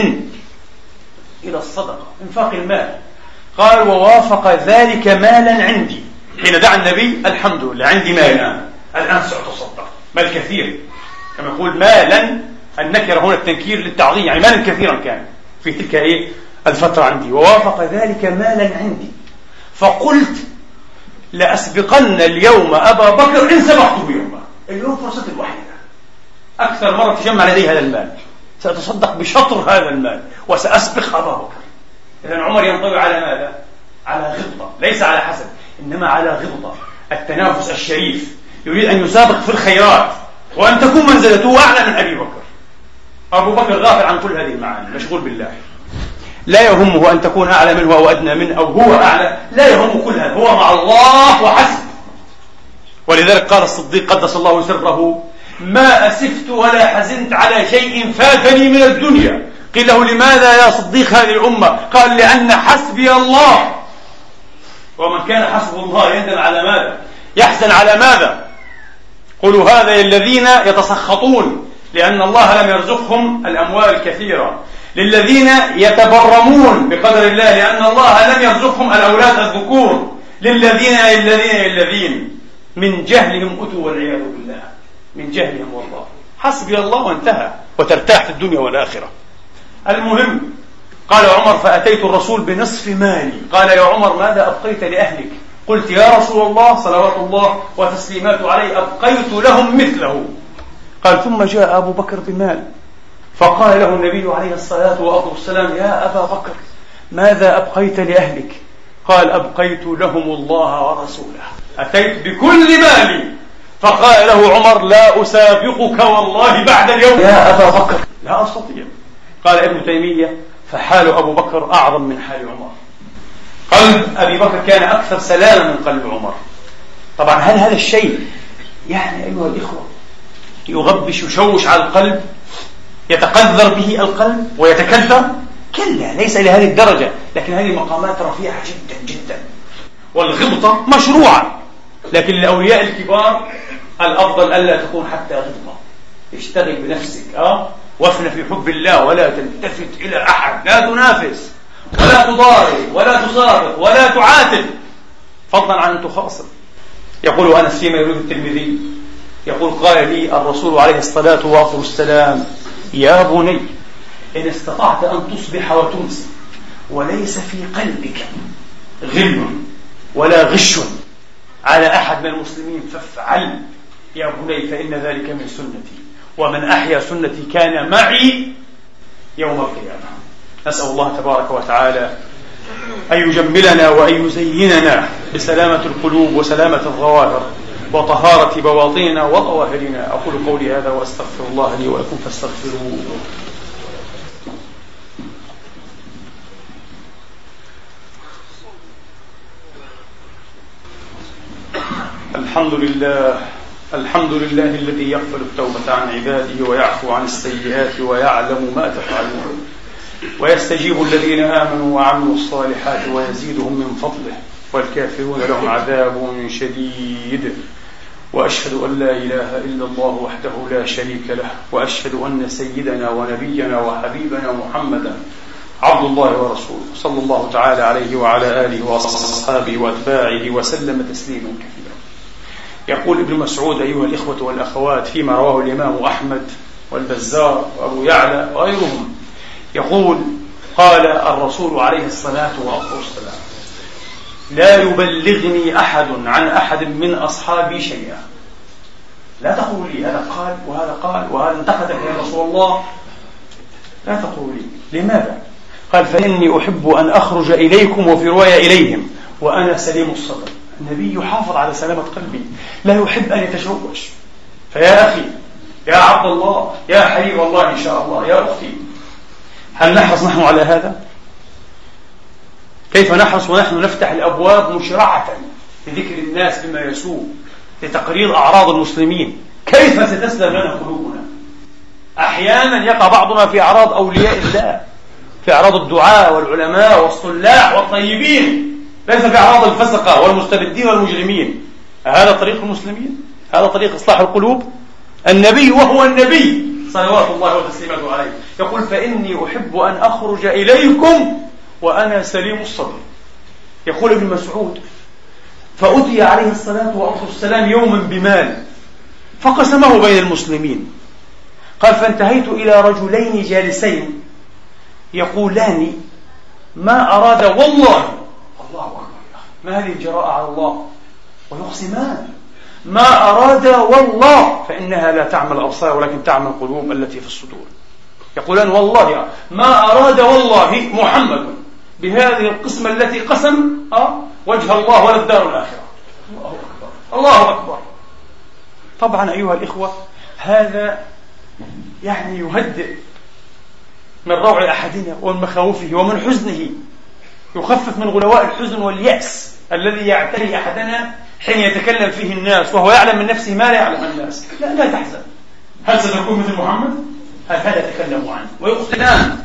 إلى الصدقة، انفاق المال. قال: ووافق ذلك مالا عندي، حين دعا النبي الحمد لله عندي مال الآن سأتصدق، مال كثير، كما يقول مالا، النكرة هنا التنكير للتعظيم، يعني مالا كثيرا كان في تلك الفترة عندي، ووافق ذلك مالا عندي، فقلت لأسبقن اليوم أبا بكر إن سبقته يوما. اليوم فرصتي الوحيدة، أكثر مرة تجمع لدي هذا المال، سأتصدق بشطر هذا المال وسأسبق أبا بكر. إذن عمر ينطوي على ماذا؟ على غبطة، ليس على حسد، إنما على غبطة، التنافس الشريف، يريد أن يسابق في الخيرات وأن تكون منزلته أعلى من أبي بكر. أبو بكر غافل عن كل هذه المعاني، مشغول بالله، لا يهمه أن تكون أعلى منه أو أدنى منه أو هو أعلى، لا يهمه كل هذا، هو مع الله وحسب. ولذلك قال الصديق قدس الله سره: ما أسفت ولا حزنت على شيء فاتني من الدنيا. قيل له: لماذا يا صديق هذه الأمة؟ قال: لأن حسبي الله. ومن كان حسبه الله يندم على ماذا؟ يحزن على ماذا؟ قولوا هذا الذين يتسخطون لأن الله لم يرزقهم الأموال الكثيرة، للذين يتبرمون بقدر الله لأن الله لم يرزقهم الأولاد الذكور، للذين من جهلهم أتوا والعياذ بالله، من جهلهم والله. حسبي الله وانتهى، وترتاح في الدنيا والآخرة. المهم قال عمر: فأتيت الرسول بنصف مالي. قال: يا عمر ماذا أبقيت لأهلك؟ قلت: يا رسول الله صلوات الله وتسليماته عليه أبقيت لهم مثله. قال: ثم جاء أبو بكر بمال، فقال له النبي عليه الصلاة والسلام: يا أبا بكر ماذا أبقيت لأهلك؟ قال: أبقيت لهم الله ورسوله، أتيت بكل مالي. فقال له عمر: لا أسابقك والله بعد اليوم يا أبا بكر، لا أستطيع. قال ابن تيمية: فحال أبو بكر أعظم من حال عمر. قلب أبي بكر كان أكثر سلاما من قلب عمر. طبعا هل هذا الشيء يعني أيها الإخوة يغبش يشوش على القلب، يتقذر به القلب ويتكدر؟ كلا، ليس إلى هذه الدرجة، لكن هذه مقامات رفيعة جدا جدا، والغبطة مشروعة، لكن للأولياء الكبار الأفضل ألا تكون حتى غبطة. اشتغل بنفسك وافن في حب الله، ولا تلتفت إلى أحد، لا تنافس ولا تضارب ولا تسابق ولا تعاتب، فضلا عن أن تخاصم. يقول أنس فيما يريد الترمذي، يقول: قال لي الرسول عليه الصلاة والسلام: يا بني إن استطعت أن تصبح وتمسي وليس في قلبك غل ولا غش على أحد من المسلمين فافعل يا بني، فإن ذلك من سنتي، ومن أحيا سنتي كان معي يوم القيامة. نسأل الله تبارك وتعالى أن يجملنا وأن يزيننا بسلامة القلوب وسلامة الظواهر وطهارة بواطننا وظواهرنا. أقول قولي هذا وأستغفر الله لي ولكم فاستغفروه. الحمد لله الذي يقبل التوبة عن عباده ويعفو عن السيئات ويعلم ما تفعلون، ويستجيب الذين آمنوا وعملوا الصالحات ويزيدهم من فضله، والكافرون لهم عذاب شديد. وأشهد أن لا إله إلا الله وحده لا شريك له، وأشهد أن سيدنا ونبينا وحبيبنا محمدا عبد الله ورسوله، صلى الله تعالى عليه وعلى آله وأصحابه وأتباعه وسلم تسليما كثيرا. يقول ابن مسعود أيها الإخوة والأخوات فيما رواه الإمام أحمد والبزار وأبو يعلى وغيرهم، يقول: قال الرسول عليه الصلاة والسلام: لا يبلغني أحد عن أحد من أصحابي شيئا. لا تقول لي هذا قال وهذا قال وهذا انتقدك يا رسول الله، لا تقول لي. لماذا؟ قال: فإني أحب أن أخرج إليكم، وفي رواية إليهم، وأنا سليم الصدر. النبي يحافظ على سلامة قلبي، لا يحب أن يتشوش. فيا أخي، يا عبد الله، يا حبيب الله إن شاء الله، يا أختي، هل نحرص نحن على هذا؟ كيف نحرص ونحن نفتح الأبواب مشرعة لذكر الناس بما يسوء، لتقرير أعراض المسلمين؟ كيف ستسلم لنا قلوبنا؟ أحيانا يقع بعضنا في أعراض أولياء الله، في أعراض الدعاء والعلماء والصلاح والطيبين، ليس في أعراض الفسقة والمستبدين والمجرمين. هذا طريق المسلمين؟ هذا طريق إصلاح القلوب؟ النبي وهو النبي صلوات الله وتسليماته عليه يقول: فإني أحب أن أخرج إليكم وأنا سليم الصدر. يقول ابن مسعود: فأتي عليه الصلاة والسلام يوما بمال فقسمه بين المسلمين. قال فانتهيت إلى رجلين جالسين يقولان ما أراد والله، الله أكبر، ما هذه الجراءة على الله، ويقسمان ما أراد والله فإنها لا تعمل الأبصار ولكن تعمل القلوب التي في الصدور. يقولان والله ما أراد والله محمد بهذه القسمة التي قسم وجه الله ولا الدار الآخرة. الله أكبر، الله أكبر. طبعا أيها الإخوة هذا يعني يهدئ من روع أحدنا ومن مخاوفه ومن حزنه، يخفف من غلواء الحزن واليأس الذي يعتري أحدنا حين يتكلم فيه الناس وهو يعلم من نفسه ما لا يعلم الناس. لا تحزن، هل ستكون مثل محمد؟ هذا يتكلم عنه ويقتنان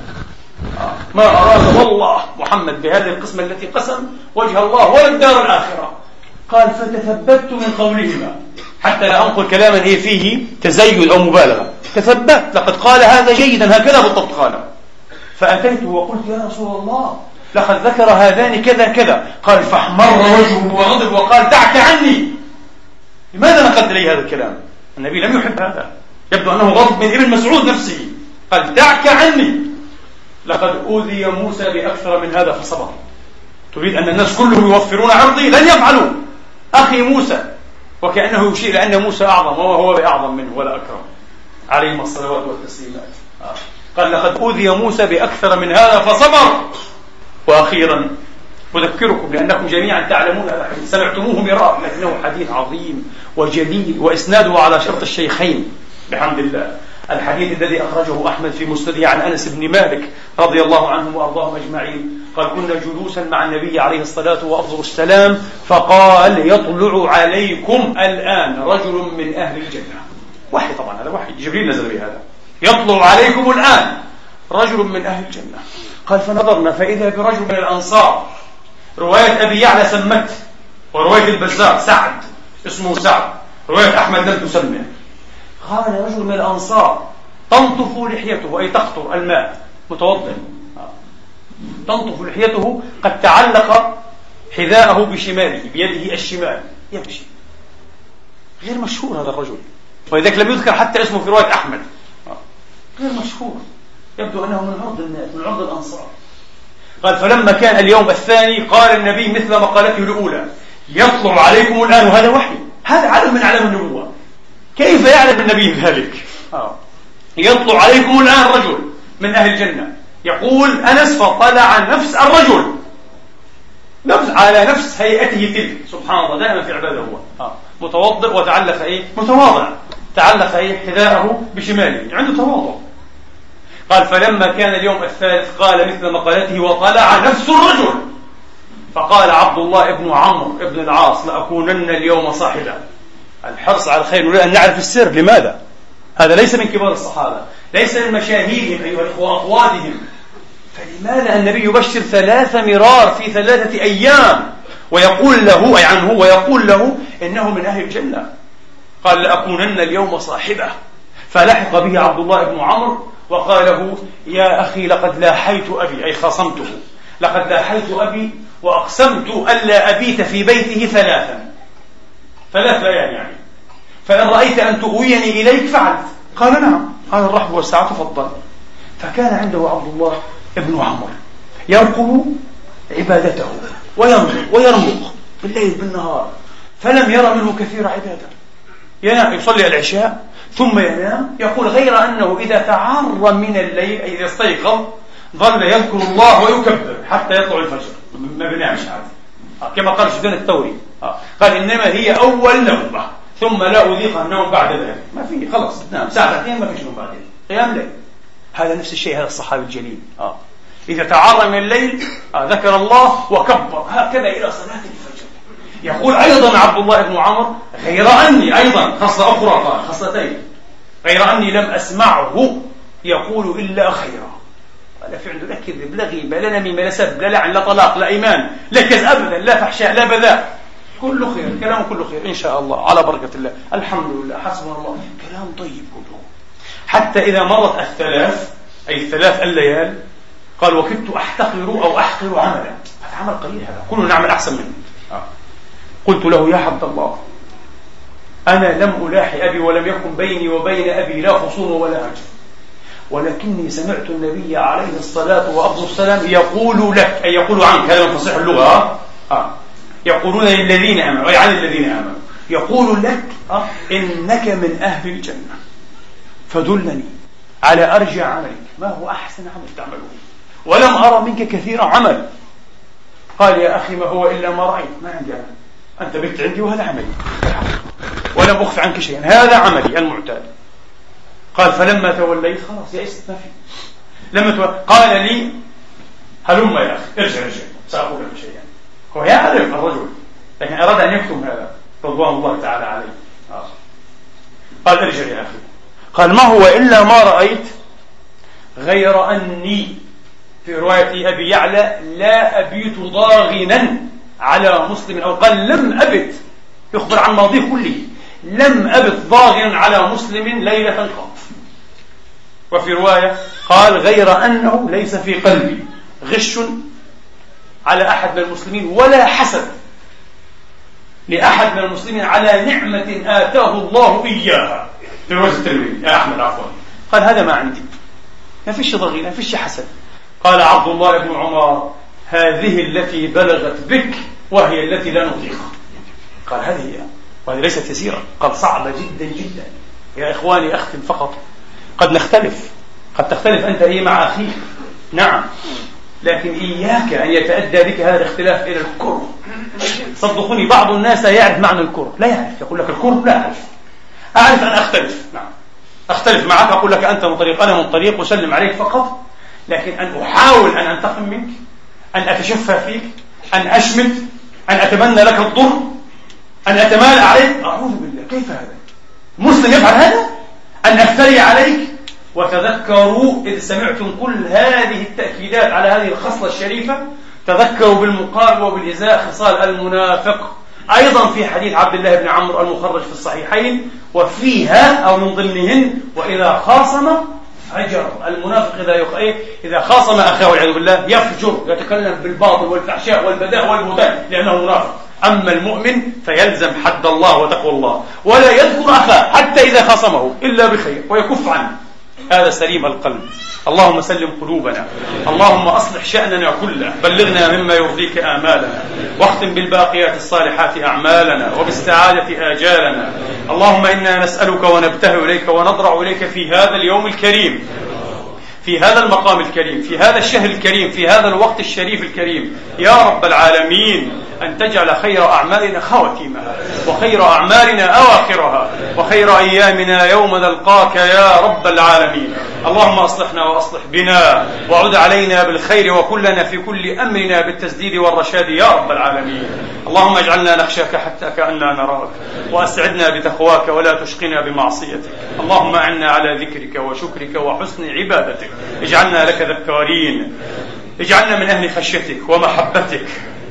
ما أراد والله محمد بهذه القسمة التي قسم وجه الله ولا الدار الآخرة. قال فتثبت من قولهما، حتى لا أنقل كلاما فيه تزيد أو مبالغة، تثبت لقد قال هذا جيدا، هكذا بالضبط قال. فأتيته وقلت يا رسول الله لقد ذكر هذان كذا كذا. قال فاحمر وجهه وغضب وقال دعك عني. لماذا نقلت لي هذا الكلام؟ النبي لم يحب هذا، يبدو أنه غضب من ابن مسعود نفسه. قال دعك عني، لقد أوذي موسى بأكثر من هذا فصبر. تريد أن الناس كلهم يوفرون عرضي؟ لن يفعلوا. أخي موسى، وكأنه يشير إلى أن موسى أعظم وهو بأعظم منه ولا أكرم عليهم الصلوات والتسليمات. قال لقد أوذي موسى بأكثر من هذا فصبر. وأخيرا أذكركم لأنكم جميعا تعلمون هذا الحديث، سمعتموه مرارا، لكنه حديث عظيم وجليل وإسناده على شرط الشيخين بحمد الله. الحديث الذي أخرجه أحمد في مسنده عن أنس بن مالك رضي الله عنهم وأرضاهم أجمعين. قال كنا جلوسا مع النبي عليه الصلاة والسلام فقال يطلع عليكم الآن رجل من أهل الجنة. وحي طبعا، هذا وحي جبريل نزل بهذا، يطلع عليكم الآن رجل من أهل الجنة. قال فنظرنا فإذا برجل من الأنصار، رواية أبي يعلى سمت، ورواية البزار سعد اسمه سعد، رواية أحمد لم تسمه. قال رجل من الأنصار تنطف لحيته، أي تقطر الماء، متوضئ، تنطف لحيته، قد تعلق حذاءه بشماله بيده الشمال يمشي. غير مشهور هذا الرجل، ولذلك لم يذكر حتى اسمه في رواية أحمد، غير مشهور، يبدو أنه من عرض الناس، من عرض الأنصار. قال فلما كان اليوم الثاني قال النبي مثل مقالته الأولى يطلع عليكم الآن، وهذا وحي، هذا علم من علم النبوة. كيف يعلم النبي ذلك؟ يطلع عليكم الآن رجل من أهل الجنة. يقول أنس فطلع نفس الرجل على نفس هيئته تلك، سبحان الله، دائما في عباده هو متوضئ وتعلق متواضع، تعلق حذاءه بشماله، عنده تواضع. قال فلما كان اليوم الثالث قال مثل مقالته وطلع نفس الرجل. فقال عبد الله بن عمرو بن العاص لأكونن اليوم صاحبا. الحرص على الخير، نريد أن نعرف السر. لماذا؟ هذا ليس من كبار الصحابة، ليس من مشاهيرهم أيها الأخوة وأخواتهم. فلماذا النبي يبشر 3 مرار في 3 أيام ويقول له أي عنه، ويقول له إنه من أهل الجنة؟ قال لأكونن اليوم صاحبه. فلحق به عبد الله بن عمرو وقال له يا أخي لقد لاحيت أبي، أي خاصمته، لقد لاحيت أبي وأقسمت ألا أبيت في بيته 3 ليال يعني، فإن رأيت أن تؤويني إليك فعلت. قال نعم، قال الرحب والسعة تفضل. فكان عنده عبد الله ابن عمرو يرقب عبادته ويرمق بالليل بالنهار، فلم يرى منه كثير عبادة. ينام يصلي العشاء ثم ينام، يقول غير أنه إذا تعار من الليل أي إذا استيقظ ظل يذكر الله ويكبر حتى يطلع الفجر، ما بنامش هذا، كما قال سفيان الثوري، قال إنما هي أول نومة ثم لا أذيقها النوم بعد ذلك، ما في، خلص تنام ساعتين ما فيش نوم بعدين، قيام ليل. هذا نفس الشيء، هذا الصحابي الجليل إذا تعار من الليل ذكر الله وكبر، هكذا إلى صلاة الفجر. يقول أيضا عبد الله بن عمرو غير أني أيضا خصلة أخرى، قال خصلتين، غير أني لم أسمعه يقول إلا خيرا. قال فعل لا كذب لا غيبة لا نميمة لا سب لا لعن لا طلاق لا إيمان لا كذب أبدا لا فحشاء لا بذاء، كله خير، كلام كله خير إن شاء الله على بركة الله، الحمد لله حسبنا الله، كلام طيب كله. حتى إذا مرت 3 أي 3 الليال قال وكدت أحتقر أو أحقر عملا، هذا عمل قليل، هذا كله نعمل أحسن منه. قلت له: يا عبد الله، أنا لم ألاحي أبي ولم يكن بيني وبين أبي لا خصوم ولا هجر، ولكني سمعت النبي عليه الصلاة والسلام يقول لك، أي يقول عنك، هذا من فصيح اللغة، يقولون للذين آمنوا، أي عن الذين آمنوا، يقول لك إنك من أهل الجنة، فدلني على أرجع عملك، ما هو أحسن عمل تعمله، ولم أرى منك كثير عمل. قال: يا أخي ما هو إلا ما رأيت، ما عندي عمل، أنت بت عندي وهذا عملي ولم أخف عنك شيئا، هذا عملي المعتاد. قال: فلما توليت خلاص يئست، ما في. قال لي: هلم يا أخي، ارجع سأقول لك شيئا. هو يعرف الرجل، لكن أراد أن يكتم هذا رضوان الله تعالى عليه. قال: ارجع يا أخي. قال: ما هو إلا ما رأيت، غير أني في رواية أبي يعلى لا أبيت ضاغنا على مسلم، أو قال لم أبت، يخبر عن ماضيه كله، لم أبت ضاغنا على مسلم ليلة قط. وفي رواية قال: غير أنه ليس في قلبي غش على أحد من المسلمين ولا حسد لأحد من المسلمين على نعمة آتاه الله إياها. في رواية الترمذي يا أحمد عفوا، قال: هذا ما عندي، ما فيش ضغينة، ما فيش حسد. قال عبد الله بن عمر: هذه التي بلغت بك وهي التي لا نطيقها. قال: هذه هي، وهذه ليست يسيرة، قال: صعبة جدا جدا. يا إخواني أختم فقط، قد نختلف، قد تختلف أنت مع أخيك، نعم، لكن إياك أن يتأدى بك هذا الاختلاف إلى الكره. صدقوني بعض الناس لا يعرف معنى الكره، لا يعرف، يقول لك الكره لا أعرف أن أختلف، نعم أختلف معك، أقول لك أنت من طريق أنا من طريق، وسلم عليك فقط، لكن أن أحاول أن أنتقم منك، أن أتشفى فيك، أن أشمت، أن أتمنى لك الضر، أن أتمالأ عليك، أعوذ بالله، كيف هذا؟ مسلم يفعل هذا؟ أن أفتري عليك؟ وتذكروا إذ سمعتم كل هذه التأكيدات على هذه الخصلة الشريفة، تذكروا بالمقابل وبالإزاء خصال المنافق، أيضا في حديث عبد الله بن عمرو المخرج في الصحيحين، وفيها أو من ضمنهن: وإذا خاصم فجر. المنافق إذا خاصم أخاه والعياذ بالله يفجر، يتكلم بالباطل والفحشاء والبذاء والبهتان لأنه منافق. أما المؤمن فيلزم حد الله وتقوى الله، ولا يذكر أخاه حتى إذا خاصمه إلا بخير ويكف عنه، هذا سليم القلب. اللهم سلم قلوبنا، اللهم أصلح شأننا كله، بلغنا مما يرضيك آمالنا، واختم بالباقيات الصالحات أعمالنا، وبالسعادة آجالنا. اللهم إنا نسألك ونبتهل إليك ونضرع إليك في هذا اليوم الكريم، في هذا المقام الكريم، في هذا الشهر الكريم، في هذا الوقت الشريف الكريم، يا رب العالمين، أن تجعل خير أعمالنا خواتيمها، وخير أعمالنا أواخرها، وخير أيامنا يوم نلقاك يا رب العالمين. اللهم أصلحنا وأصلح بنا، وعد علينا بالخير، وكلنا في كل أمرنا بالتسديد والرشاد يا رب العالمين. اللهم اجعلنا نخشاك حتى كأننا نراك، وأسعدنا بتقواك ولا تشقنا بمعصيتك. اللهم أعنا على ذكرك وشكرك وحسن عبادتك، اجعلنا لك ذكارين، اجعلنا من أهل خشيتك ومحبتك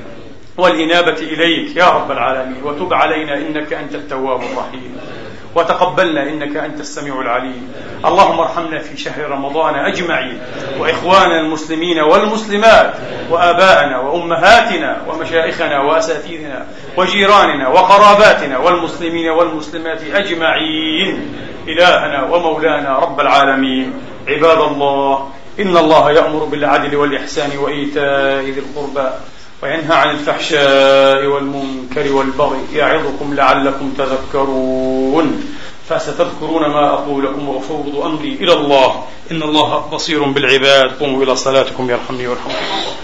والإنابة إليك يا رب العالمين. وتب علينا إنك أنت التواب الرحيم، وتقبلنا إنك أنت السميع العليم. اللهم ارحمنا في شهر رمضان أجمعين، وإخواننا المسلمين والمسلمات، وآباءنا وأمهاتنا ومشايخنا وأساتذتنا وجيراننا وقراباتنا والمسلمين والمسلمات أجمعين. إلهنا ومولانا رب العالمين. عباد الله، إن الله يأمر بالعدل والإحسان وإيتاء ذي القربى، وينهى عن الفحشاء والمنكر والبغي، يعظكم لعلكم تذكرون. فستذكرون ما أقول لكم، وأفوض أمري إلى الله، إن الله بصير بالعباد. قوموا إلى صلاتكم يرحمني ويرحمكم.